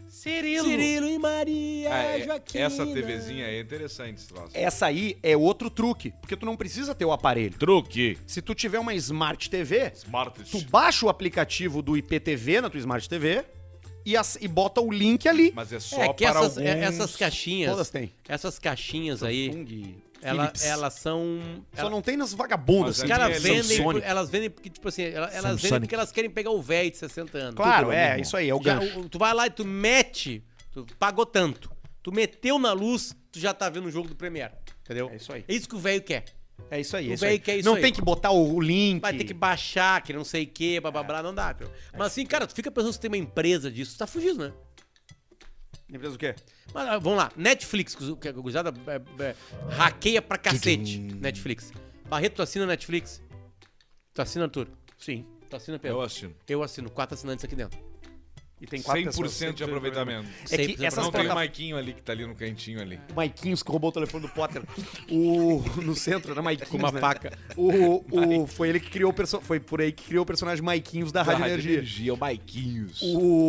Cirilo e Maria Joaquina. Essa TVzinha aí é interessante, esse troço. Essa aí é outro truque, porque tu não precisa ter o aparelho. Truque. Se tu tiver uma Smart TV, Smart. tu baixa o aplicativo do IPTV na tua Smart TV e bota o link ali. Mas é só É que para essas, alguns... essas caixinhas. Todas têm. Essas caixinhas aí, Samsung, elas Philips. são. Só não tem nas vagabundas. Mas Os a caras minha é vendem, Samsonic. elas vendem porque, tipo assim, elas vendem porque elas querem pegar o velho de 60 anos. Claro, Tudo, é, meu isso aí, é o Já- gancho. Tu vai lá e tu mete, tu pagou tanto. Tu meteu na luz, tu já tá vendo o jogo do Premiere. Entendeu? É isso aí. É isso que o velho quer. É isso aí, O é isso aí. velho quer isso Não aí. tem que botar o link. Vai ter que baixar, que não sei o que, blá blá blá, não dá, meu. Mas assim, cara, tu fica pensando se tem uma empresa disso, tu tá fugido, né? Empresa o quê? Mas vamos lá, Netflix, que a gurizada hackeia pra cacete. Netflix. Barreto, tu assina Netflix? Tu assina, Arthur? Sim. Tu assina, Pedro? Eu assino. Eu assino, 4 assinantes aqui dentro. E tem 4 pessoas. 100% de aproveitamento. É que 100% essas Não tem o plataformas... Maiquinho ali que tá ali no cantinho ali. O Maiquinhos que roubou o telefone do Potter. No centro, né? Maiquinhos, Com uma né? faca. Foi ele que criou foi por aí que criou o personagem Maiquinhos da Rádio Energia. o Maiquinhos.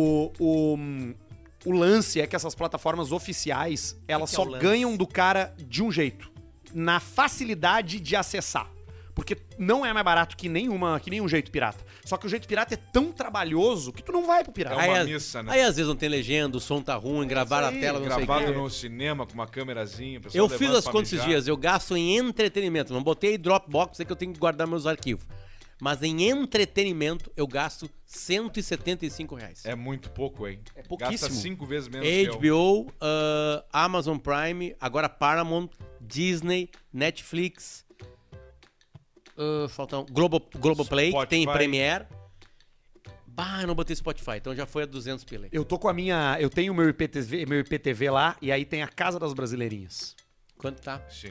O lance é que essas plataformas oficiais, elas que é só o lance? ganham do cara de um jeito. Na facilidade de acessar. Porque não é mais barato que nenhum jeito pirata. Só que o jeito pirata é tão trabalhoso que tu não vai pro pirata. É uma Aí, missa, né? Aí às vezes não tem legenda, o som tá ruim, gravaram a tela, não sei o Gravado quê. no cinema com uma câmerazinha. o pessoal Eu fiz levando as pra contas esses mijar. dias, eu gasto em entretenimento. Não botei Dropbox, é que eu tenho que guardar meus arquivos. Mas em entretenimento eu gasto R$175. É muito pouco, hein? É pouquíssimo. Gasta 5 vezes menos que eu. HBO, Amazon Prime, agora Paramount, Disney, Netflix, faltam Globoplay, que tem Spotify. Premiere. Bah, eu não botei Spotify, então já foi a 200 pila. Eu tô com a minha. Eu tenho meu IPTV lá, e aí tem a Casa das Brasileirinhas. Quanto tá? Sim.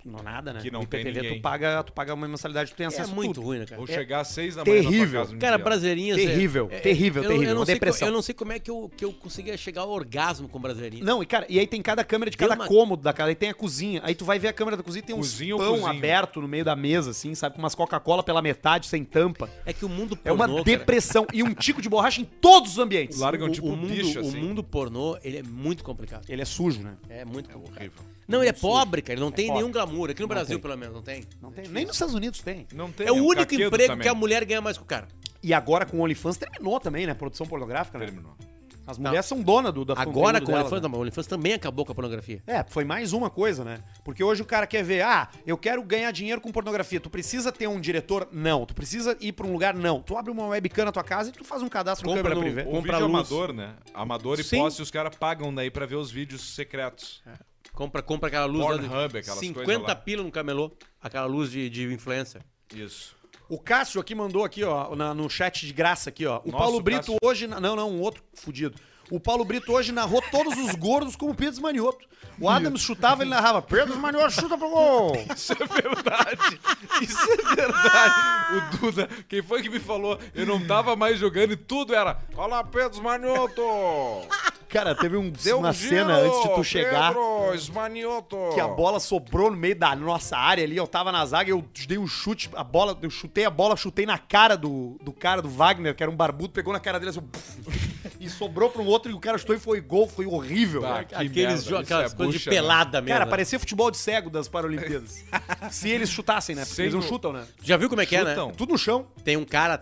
Não nada, né? Que não no tem IPTV ninguém. tu paga uma mensalidade, tu tem É acesso a muito tudo. ruim, né, cara? Vou chegar às 6 da manhã terrível. na tua casa no Cara, dia. brasileirinhas... Terrível, terrível, eu não sei depressão. Eu não sei como é que eu conseguia chegar ao orgasmo com brasileirinhas. Não, e cara, e aí tem cada câmera de Deu cada uma- cômodo da casa, aí tem a cozinha, aí tu vai ver a câmera da cozinha, tem uns Cozinha ou pão cozinho? aberto no meio da mesa, assim, sabe, com umas Coca-Cola pela metade, sem tampa. É que o mundo É pornô, uma cara, depressão e um tico de borracha em todos os ambientes. Largam o tipo mundo, bicho, o assim. mundo pornô, ele é muito complicado. Ele é sujo, né? É muito complicado. Horrível. Não, ele é pobre, cara. Ele não tem pobre. nenhum glamour. Aqui no Brasil, tem. pelo menos, não tem. Não tem, nem nos Estados Unidos tem. Não tem. É o um único caquedo emprego também. que a mulher ganha mais que o cara. E agora com o OnlyFans terminou também, né? Produção pornográfica, né? Terminou. As mulheres são donas da Agora conteúdo com o delas, OnlyFans, né? não, o OnlyFans também acabou com a pornografia. É, foi mais uma coisa, né? Porque hoje o cara quer ver, eu quero ganhar dinheiro com pornografia. Tu precisa ter um diretor? Não. Tu precisa ir pra um lugar? Não. Tu abre uma webcam na tua casa e tu faz um cadastro no Compra câmera no- privê. O Compra vídeo luz. amador, né? Amador e Sim. posse, os caras pagam daí pra ver os vídeos secretos. Compra aquela luz lá de Pornhub, aquelas 50 coisas lá. pila no camelô. Aquela luz de influencer. Isso. O Cássio aqui mandou aqui, ó, no chat de graça aqui, ó. O Nossa, Paulo o Brito Cássio. hoje... Não, um outro fudido. O Paulo Brito hoje narrou todos os gordos como Pedro Manioto. O Adams chutava, ele narrava, Pedro Manioto chuta pro gol. Isso é verdade. Isso é verdade. O Duda, quem foi que me falou? Eu não tava mais jogando e tudo era. Olha lá, Pedro Esmanioto! Cara, teve Deu uma um giro, cena antes de tu chegar... Pedro Esmanioto! Que a bola sobrou no meio da nossa área ali, eu tava na zaga, eu dei um chute, eu chutei a bola, chutei na cara do cara do Wagner, que era um barbudo, pegou na cara dele assim, e sobrou pra um outro e o cara chutou e foi gol, foi horrível. Ah, que Aqueles merda, jogos, isso aquelas é coisas de bucha, né? pelada mesmo. Cara, né? parecia futebol de cego das Paralimpíadas. Se eles chutassem, né? Porque Sem eles não o- chutam, né? Já viu como é que é, né? Chutam. Tudo no chão. Tem um cara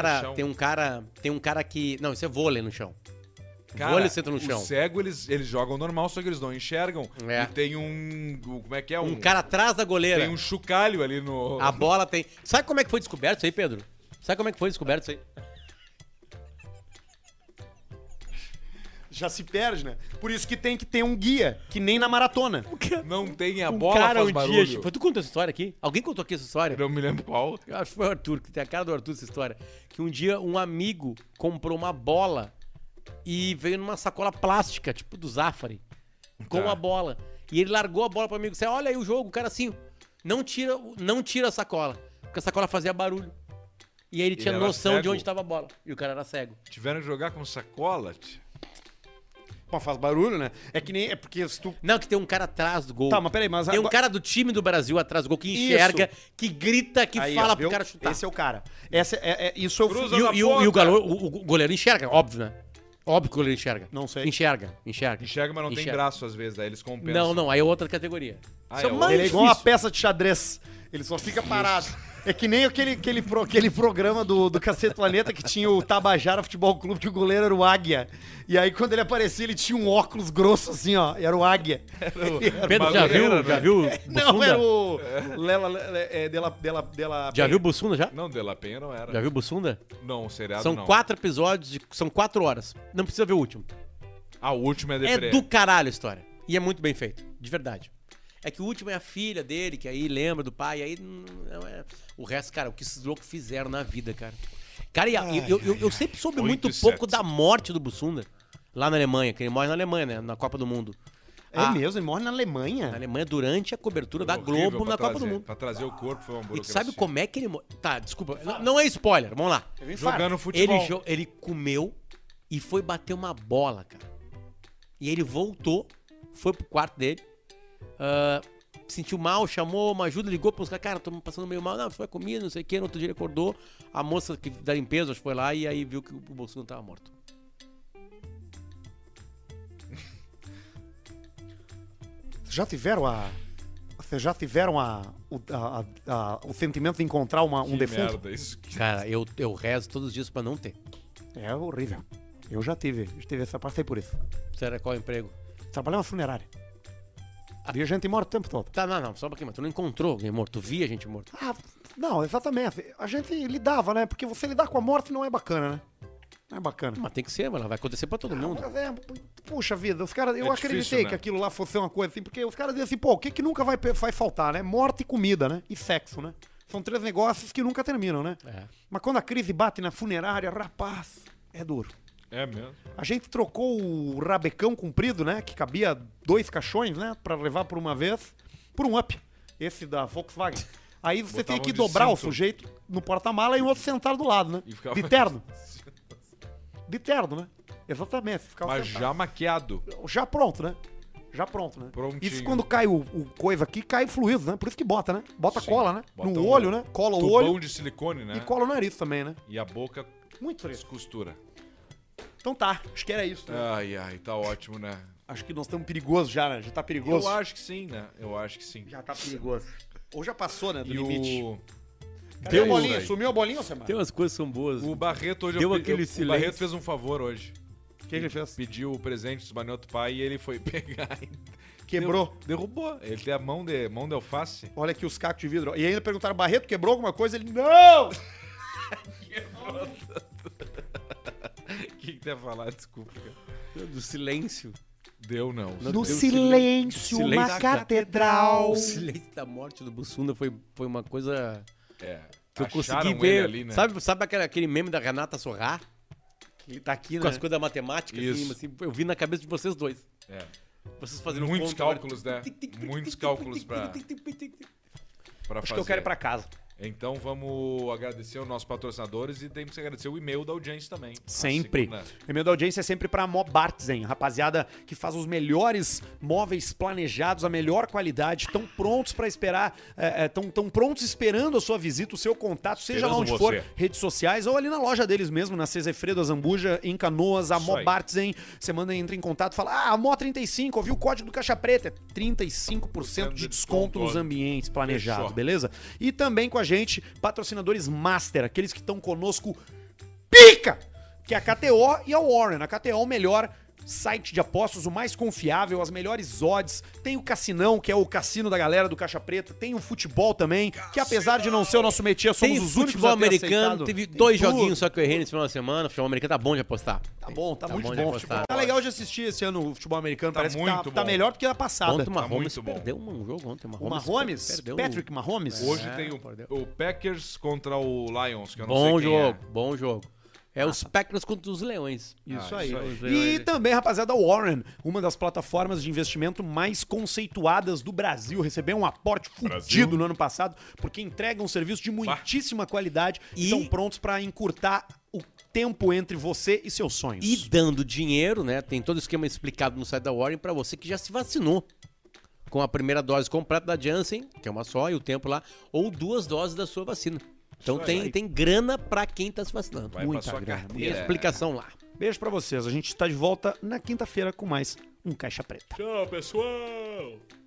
que... Não, isso é vôlei no chão. Cara, Vôlei senta no chão. O cego, eles jogam normal, só que eles não enxergam. É. E tem como é que é? Um cara atrás da goleira. Tem um chocalho ali no... A bola tem... Sabe como é que foi descoberto isso aí, Pedro? Sabe como é que foi descoberto isso aí? Já se perde, né? Por isso que tem que ter um guia, que nem na maratona. Não tem a Um bola, cara faz um barulho. dia... Foi tu contou essa história aqui? Alguém contou aqui essa história? Eu não me lembro qual. Eu acho que foi o Arthur, que tem a cara do Arthur essa história. Que um dia um amigo comprou uma bola e veio numa sacola plástica, tipo do Zafari, com Tá. a bola. E ele largou a bola pro amigo. Disse, olha aí o jogo, o cara assim, não tira a sacola, porque a sacola fazia barulho. E aí ele tinha era noção de cego? onde tava a bola. E o cara era cego. Tiveram que jogar com sacola, tio. Pô, faz barulho, né? É que nem... É porque se tu... Não, que tem um cara atrás do gol. Tá, mas peraí, mas... Tem um agora- cara do time do Brasil atrás do gol que enxerga, que grita, que Aí, fala ó, pro viu? cara chutar. Esse é o cara. Esse isso eu... Cruza E, na e o ponta. o goleiro enxerga, óbvio, né? Óbvio que o goleiro enxerga. Não sei. Enxerga. Enxerga, mas não tem Enxerga. braço às vezes, daí eles compensam. Não, aí é outra categoria. Ah, Isso é mais Ele é igual uma difícil. peça de xadrez. Ele só fica parado. É que nem aquele programa do Cacete Planeta que tinha o Tabajara Futebol Clube, que o goleiro era o Águia. E aí, quando ele aparecia, ele tinha um óculos grosso assim, ó. E era o Águia. Pedro, já viu? Baleira, Já né? viu Não, Bussunda? era o... Dela... Já viu Bussunda já? Não, De La Penha não era. Já viu Bussunda? Não, o seriado São não. 4 episódios, são 4 horas. Não precisa ver o último. Ah, o último é É deprê. do caralho a história. E é muito bem feito, de verdade. É que o último é a filha dele, que aí lembra do pai, aí não é... O resto, cara, o que esses loucos fizeram na vida, cara. Cara, e eu sempre soube 8 muito e pouco 7. da morte do Bussunda. Lá na Alemanha, que ele morre na Alemanha, né? Na Copa do Mundo. É mesmo? Ele morre na Alemanha? Na Alemanha, durante a cobertura da Horrível Globo pra na Copa do trazer. Mundo. Pra trazer o corpo foi uma E tu burocracia. sabe como é que ele... Tá, desculpa. Não é spoiler, vamos lá. Jogando futebol. Ele comeu e foi bater uma bola, cara. E ele voltou, foi pro quarto dele, sentiu mal, chamou uma ajuda, ligou para uns caras, cara, tô passando meio mal, não, foi comida, não sei o que, no outro dia ele acordou, a moça da limpeza foi lá e aí viu que o Bolsonaro tava morto. Vocês já tiveram o sentimento de encontrar um Que defunto? merda, isso. Cara, eu rezo todos os dias pra não ter. É horrível. Eu já tive essa, passei por isso. Será qual emprego? Trabalhei na funerária. Via gente morta o tempo todo. Tá, não, só um pouquinho, mas tu não encontrou alguém morto, tu via gente morta. Ah, não, exatamente. A gente lidava, né? Porque você lidar com a morte não é bacana, né? Não é bacana. Mas tem que ser, mano, vai acontecer pra todo mundo. Mas puxa vida, os caras, eu É acreditei difícil, né? que aquilo lá fosse uma coisa assim, porque os caras diziam assim, pô, o que nunca vai faltar, né? Morte e comida, né? E sexo, né? São 3 negócios que nunca terminam, né? É. Mas quando a crise bate na funerária, rapaz, é duro. É mesmo. A gente trocou o rabecão comprido, né? Que cabia 2 caixões, né? Pra levar por uma vez, por um up. esse da Volkswagen. Aí você tem Botavam que de dobrar o cinto. sujeito no porta-mala e o outro sentado do lado, né? E ficava- De terno. De terno, né? Exatamente. Ficava Mas sentado. já maquiado. Já pronto, né? Já pronto, né? Prontinho. Isso quando cai o coisa aqui, cai fluido, né? Por isso que bota, né? Bota Sim. cola, né? Bota no um olho, né? Cola o Tubão olho de silicone, né? e cola o nariz também, né? E a boca Muito fresco. costura. Então tá, acho que era isso. Né? Ai, ai, tá ótimo, né? Acho que nós estamos perigosos já, né? Já tá perigoso. Eu acho que sim, né? Eu acho que sim. Já tá perigoso. Ou já passou, né? Do E limite. o... Cadê a Deus, bolinha? velho. Sumiu a bolinha, Samara? Tem umas coisas que são boas. O Barreto hoje... Deu eu- aquele o silêncio. Barreto fez um favor hoje. O que ele fez? Pediu o presente do Manioto Pai e ele foi pegar e... Quebrou. Derrubou. Ele tem a mão de alface. Olha aqui os cacos de vidro. E ainda perguntaram, Barreto, quebrou alguma coisa? Ele, não! O que tem a falar? Desculpa, cara. Do silêncio. Deu não. Não, No deu silêncio, silêncio uma da catedral. O silêncio da morte do Bussunda foi uma coisa É. que eu Acharam consegui ele ver. ali, né? Sabe aquele meme da Renata Sorrá? Ele tá aqui, Com né? as coisas da matemática, Isso. assim, eu vi na cabeça de vocês dois. É. Vocês fazendo Muitos conta, cálculos, né? Muitos cálculos pra Acho fazer. que eu quero ir pra casa. Então vamos agradecer os nossos patrocinadores e temos que agradecer o e-mail da audiência também. Sempre. A segunda- O e-mail da audiência é sempre pra Mobartzen, rapaziada que faz os melhores móveis planejados, a melhor qualidade, tão prontos pra esperar, tão prontos esperando a sua visita, o seu contato, seja lá Esperando onde for, você. redes sociais ou ali na loja deles mesmo, na Cesefredo Zambuja, em Canoas, a Isso aí. Mobartzen. Você entra em contato e fala, a Mo 35, ouviu o código do Caixa Preta, é 35% de desconto nos ambientes planejados, Fechou. beleza? E também com a gente, patrocinadores Master, aqueles que estão conosco pica! Que é a KTO e a Warren. A KTO é o melhor site de apostas, o mais confiável, as melhores odds. Tem o Cassinão, que é o cassino da galera do Caixa Preta. Tem o futebol também, que apesar de não ser o nosso métier, somos Tem os únicos futebol a ter americano, aceitado. teve Tem 2 tudo. joguinhos só que eu errei nesse final de semana. Futebol americano tá bom de apostar. Tá bom, tá muito bom bom. de apostar. Tá legal de assistir esse ano o futebol americano. Parece que muito tá bom. melhor do que a passada. Ontem o Tá Mahomes muito bom. perdeu um jogo ontem. O Mahomes, perdeu Patrick Mahomes. Hoje É, tem perdeu. o Packers contra o Lions, que eu não Bom sei quem jogo, é. bom jogo. É os Packers contra os Leões. Isso Ah, aí. isso aí. Os E Leões. também, rapaziada, Warren, uma das plataformas de investimento mais conceituadas do Brasil. Recebeu um aporte fudido no ano passado, porque entrega um serviço de muitíssima qualidade e E- estão prontos pra encurtar o tempo entre você e seus sonhos. E dando dinheiro, né? Tem todo o esquema explicado no site da Warren pra você que já se vacinou. Com a primeira dose completa da Janssen, que é uma só, e o tempo lá, ou 2 doses da sua vacina. Então Isso aí. tem grana pra quem tá se vacinando. Vai Muita pra sua grana. Tem carteira. explicação lá. Beijo pra vocês. A gente tá de volta na quinta-feira com mais um Caixa Preta. Tchau, pessoal!